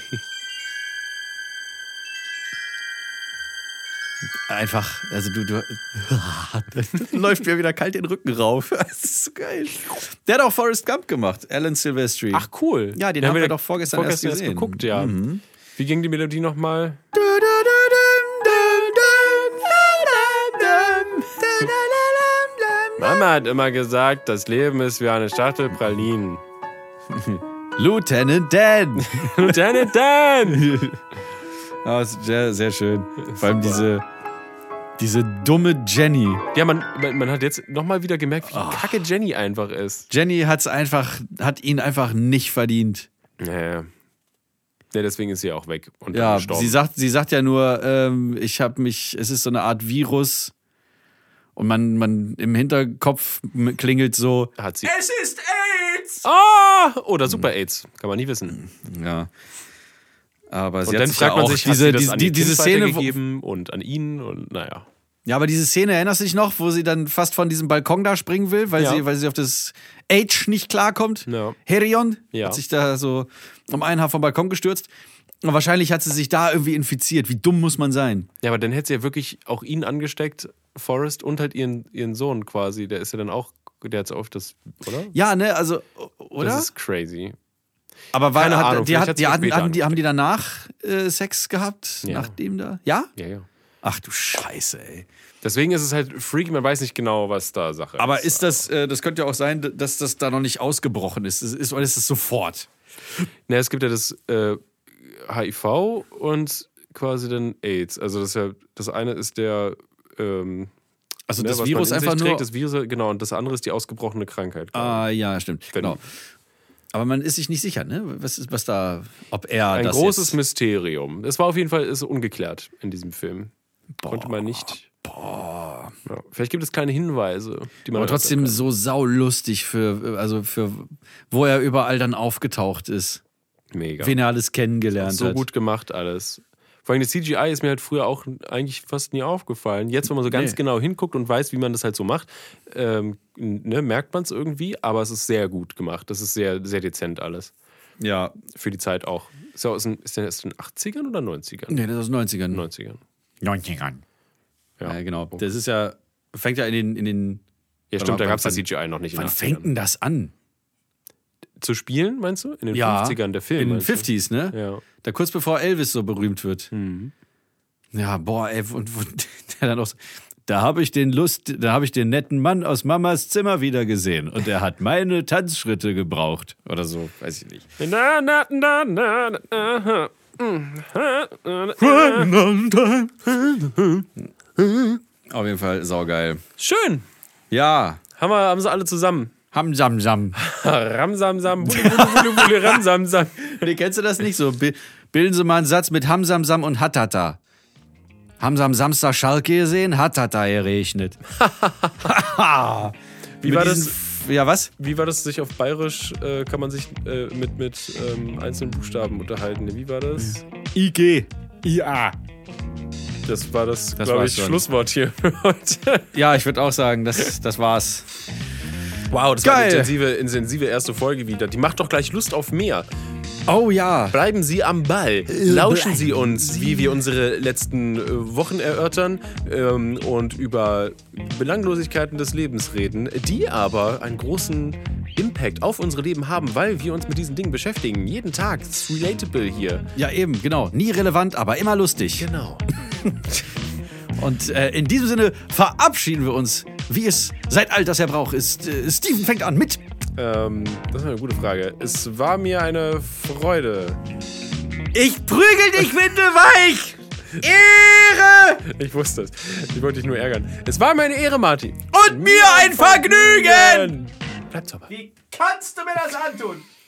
Einfach, also du, du läuft mir wieder kalt den Rücken rauf. Das ist so geil. Der hat auch Forrest Gump gemacht, Alan Silvestri. Ach cool. Ja, den, den haben wir doch vorgestern, vorgestern erst gesehen. Erst geguckt, ja. Mhm. Wie ging die Melodie nochmal? Du, du, du, du. Mama hat immer gesagt, das Leben ist wie eine Schachtel Pralinen. Lieutenant Dan. Lieutenant Dan. Oh, sehr, sehr schön. Vor allem diese, diese dumme Jenny. Ja, man, man, man hat jetzt nochmal wieder gemerkt, wie oh. kacke Jenny einfach ist. Jenny hat's einfach, hat ihn einfach nicht verdient. Ja, ja, deswegen ist sie auch weg und ja, gestorben. Sie sagt, sie sagt ja nur, ähm, ich habe mich, es ist so eine Art Virus und man, man im Hinterkopf klingelt so, hat sie. Es ist AIDS! Ah! Oder Super AIDS, kann man nie wissen. Ja. Aber sie und hat dann sich fragt ja man auch sich, diese, hat sie das diese, an die diese Kind Szene weitergegeben und an ihn und naja. Ja, aber diese Szene, erinnerst du dich noch, wo sie dann fast von diesem Balkon da springen will, weil, ja. sie, weil sie auf das H nicht klarkommt? Ja. Herion ja. hat sich da so um einen Haar vom Balkon gestürzt. Und wahrscheinlich hat sie sich da irgendwie infiziert. Wie dumm muss man sein? Ja, aber dann hätte sie ja wirklich auch ihn angesteckt, Forrest, und halt ihren, ihren Sohn quasi. Der ist ja dann auch, der hat auf das, oder? Ja, ne, also, oder? Das ist crazy. Aber war, Keine hat, Ahnung, die, hat, die hatten, später hatten die, haben die danach äh, Sex gehabt? Ja. Nachdem da? Ja? Ja, ja. Ach du Scheiße, ey. Deswegen ist es halt freaky, man weiß nicht genau, was da Sache ist. Aber ist das, äh, das könnte ja auch sein, dass das da noch nicht ausgebrochen ist. Ist, ist oder ist es sofort? Na, es gibt ja das äh, H I V und quasi dann AIDS. Also das, ist ja, das eine ist der ähm, also ne, das was Virus man in sich einfach trägt, nur... das Virus, genau, und das andere ist die ausgebrochene Krankheit. Ah, ja, stimmt. Wenn, genau. Aber man ist sich nicht sicher, ne? Was ist, was da, ob er Ein das großes jetzt... Mysterium. Es war auf jeden Fall ist ungeklärt in diesem Film. Boah, Konnte man nicht. Boah. Ja, vielleicht gibt es kleine Hinweise, die man. Aber trotzdem so saulustig für, also für, wo er überall dann aufgetaucht ist. Mega. Wen er alles kennengelernt so hat. gut gemacht alles. Vor allem das C G I ist mir halt früher auch eigentlich fast nie aufgefallen. Jetzt, wenn man so ganz Nee. genau hinguckt und weiß, wie man das halt so macht, ähm, ne, merkt man es irgendwie, aber es ist sehr gut gemacht. Das ist sehr, sehr dezent alles. Ja. Für die Zeit auch. Ist der aus den, ist der aus den achtzigern oder neunzigern? Nee, das ist aus den neunzigern. neunzigern. neunzigern. Ja, ja genau. Okay. Das ist ja, fängt ja in den... In den Ja, stimmt, da gab es das wann- C G I noch nicht. in Wann den achtzigern. fängt denn das an? Zu spielen, meinst du? In den Ja, fünfzigern, der Film. In den meinst du? fünfziger, ne? Ja. Da kurz bevor Elvis so berühmt wird. Mhm. Ja, boah, ey, und, und der dann auch so, da habe ich den Lust, da habe ich den netten Mann aus Mamas Zimmer wieder gesehen und er hat meine Tanzschritte gebraucht oder so, weiß ich nicht. Na, na, na, na, na, Auf jeden Fall saugeil. Schön. Ja, Haben wir haben sie alle zusammen. Hamsamsam. Ramsamsam, wuli, wuli, wuli, wuli, ramsamsam. Nee, kennst du das nicht so? Bi- Bilden Sie mal einen Satz mit Hamsamsam und Hatata. Haben Sie am Samstag Schalke gesehen? Hatata geregnet. Wie Mit war diesen- das? Ja, was? Wie war das sich auf Bayerisch, äh, kann man sich äh, mit, mit ähm, einzelnen Buchstaben unterhalten? Wie war das? I G. I A. Das war das, Das glaube war's ich, schon. Schlusswort hier für heute. Ja, ich würde auch sagen, das, das war's. Wow, das war Geil. eine intensive, intensive erste Folge wieder. Die macht doch gleich Lust auf mehr. Oh ja. Bleiben Sie am Ball. Lauschen Sie uns, wie wir unsere letzten äh, Wochen erörtern ähm, und über Belanglosigkeiten des Lebens reden, die aber einen großen Impact auf unsere Leben haben, weil wir uns mit diesen Dingen beschäftigen. Jeden Tag. Das ist relatable hier. Ja, eben, genau. Nie relevant, aber immer lustig. Genau. Und äh, in diesem Sinne verabschieden wir uns, wie es seit Alters Brauch ist. Äh, Steven fängt an mit. Ähm, das ist eine gute Frage. Es war mir eine Freude. Ich prügel dich, Winde weich! Ehre! Ich wusste es. Ich wollte dich nur ärgern. Es war mir eine Ehre, Martin. Und mir ein Vergnügen! Bleibt sauber. Wie kannst du mir das antun?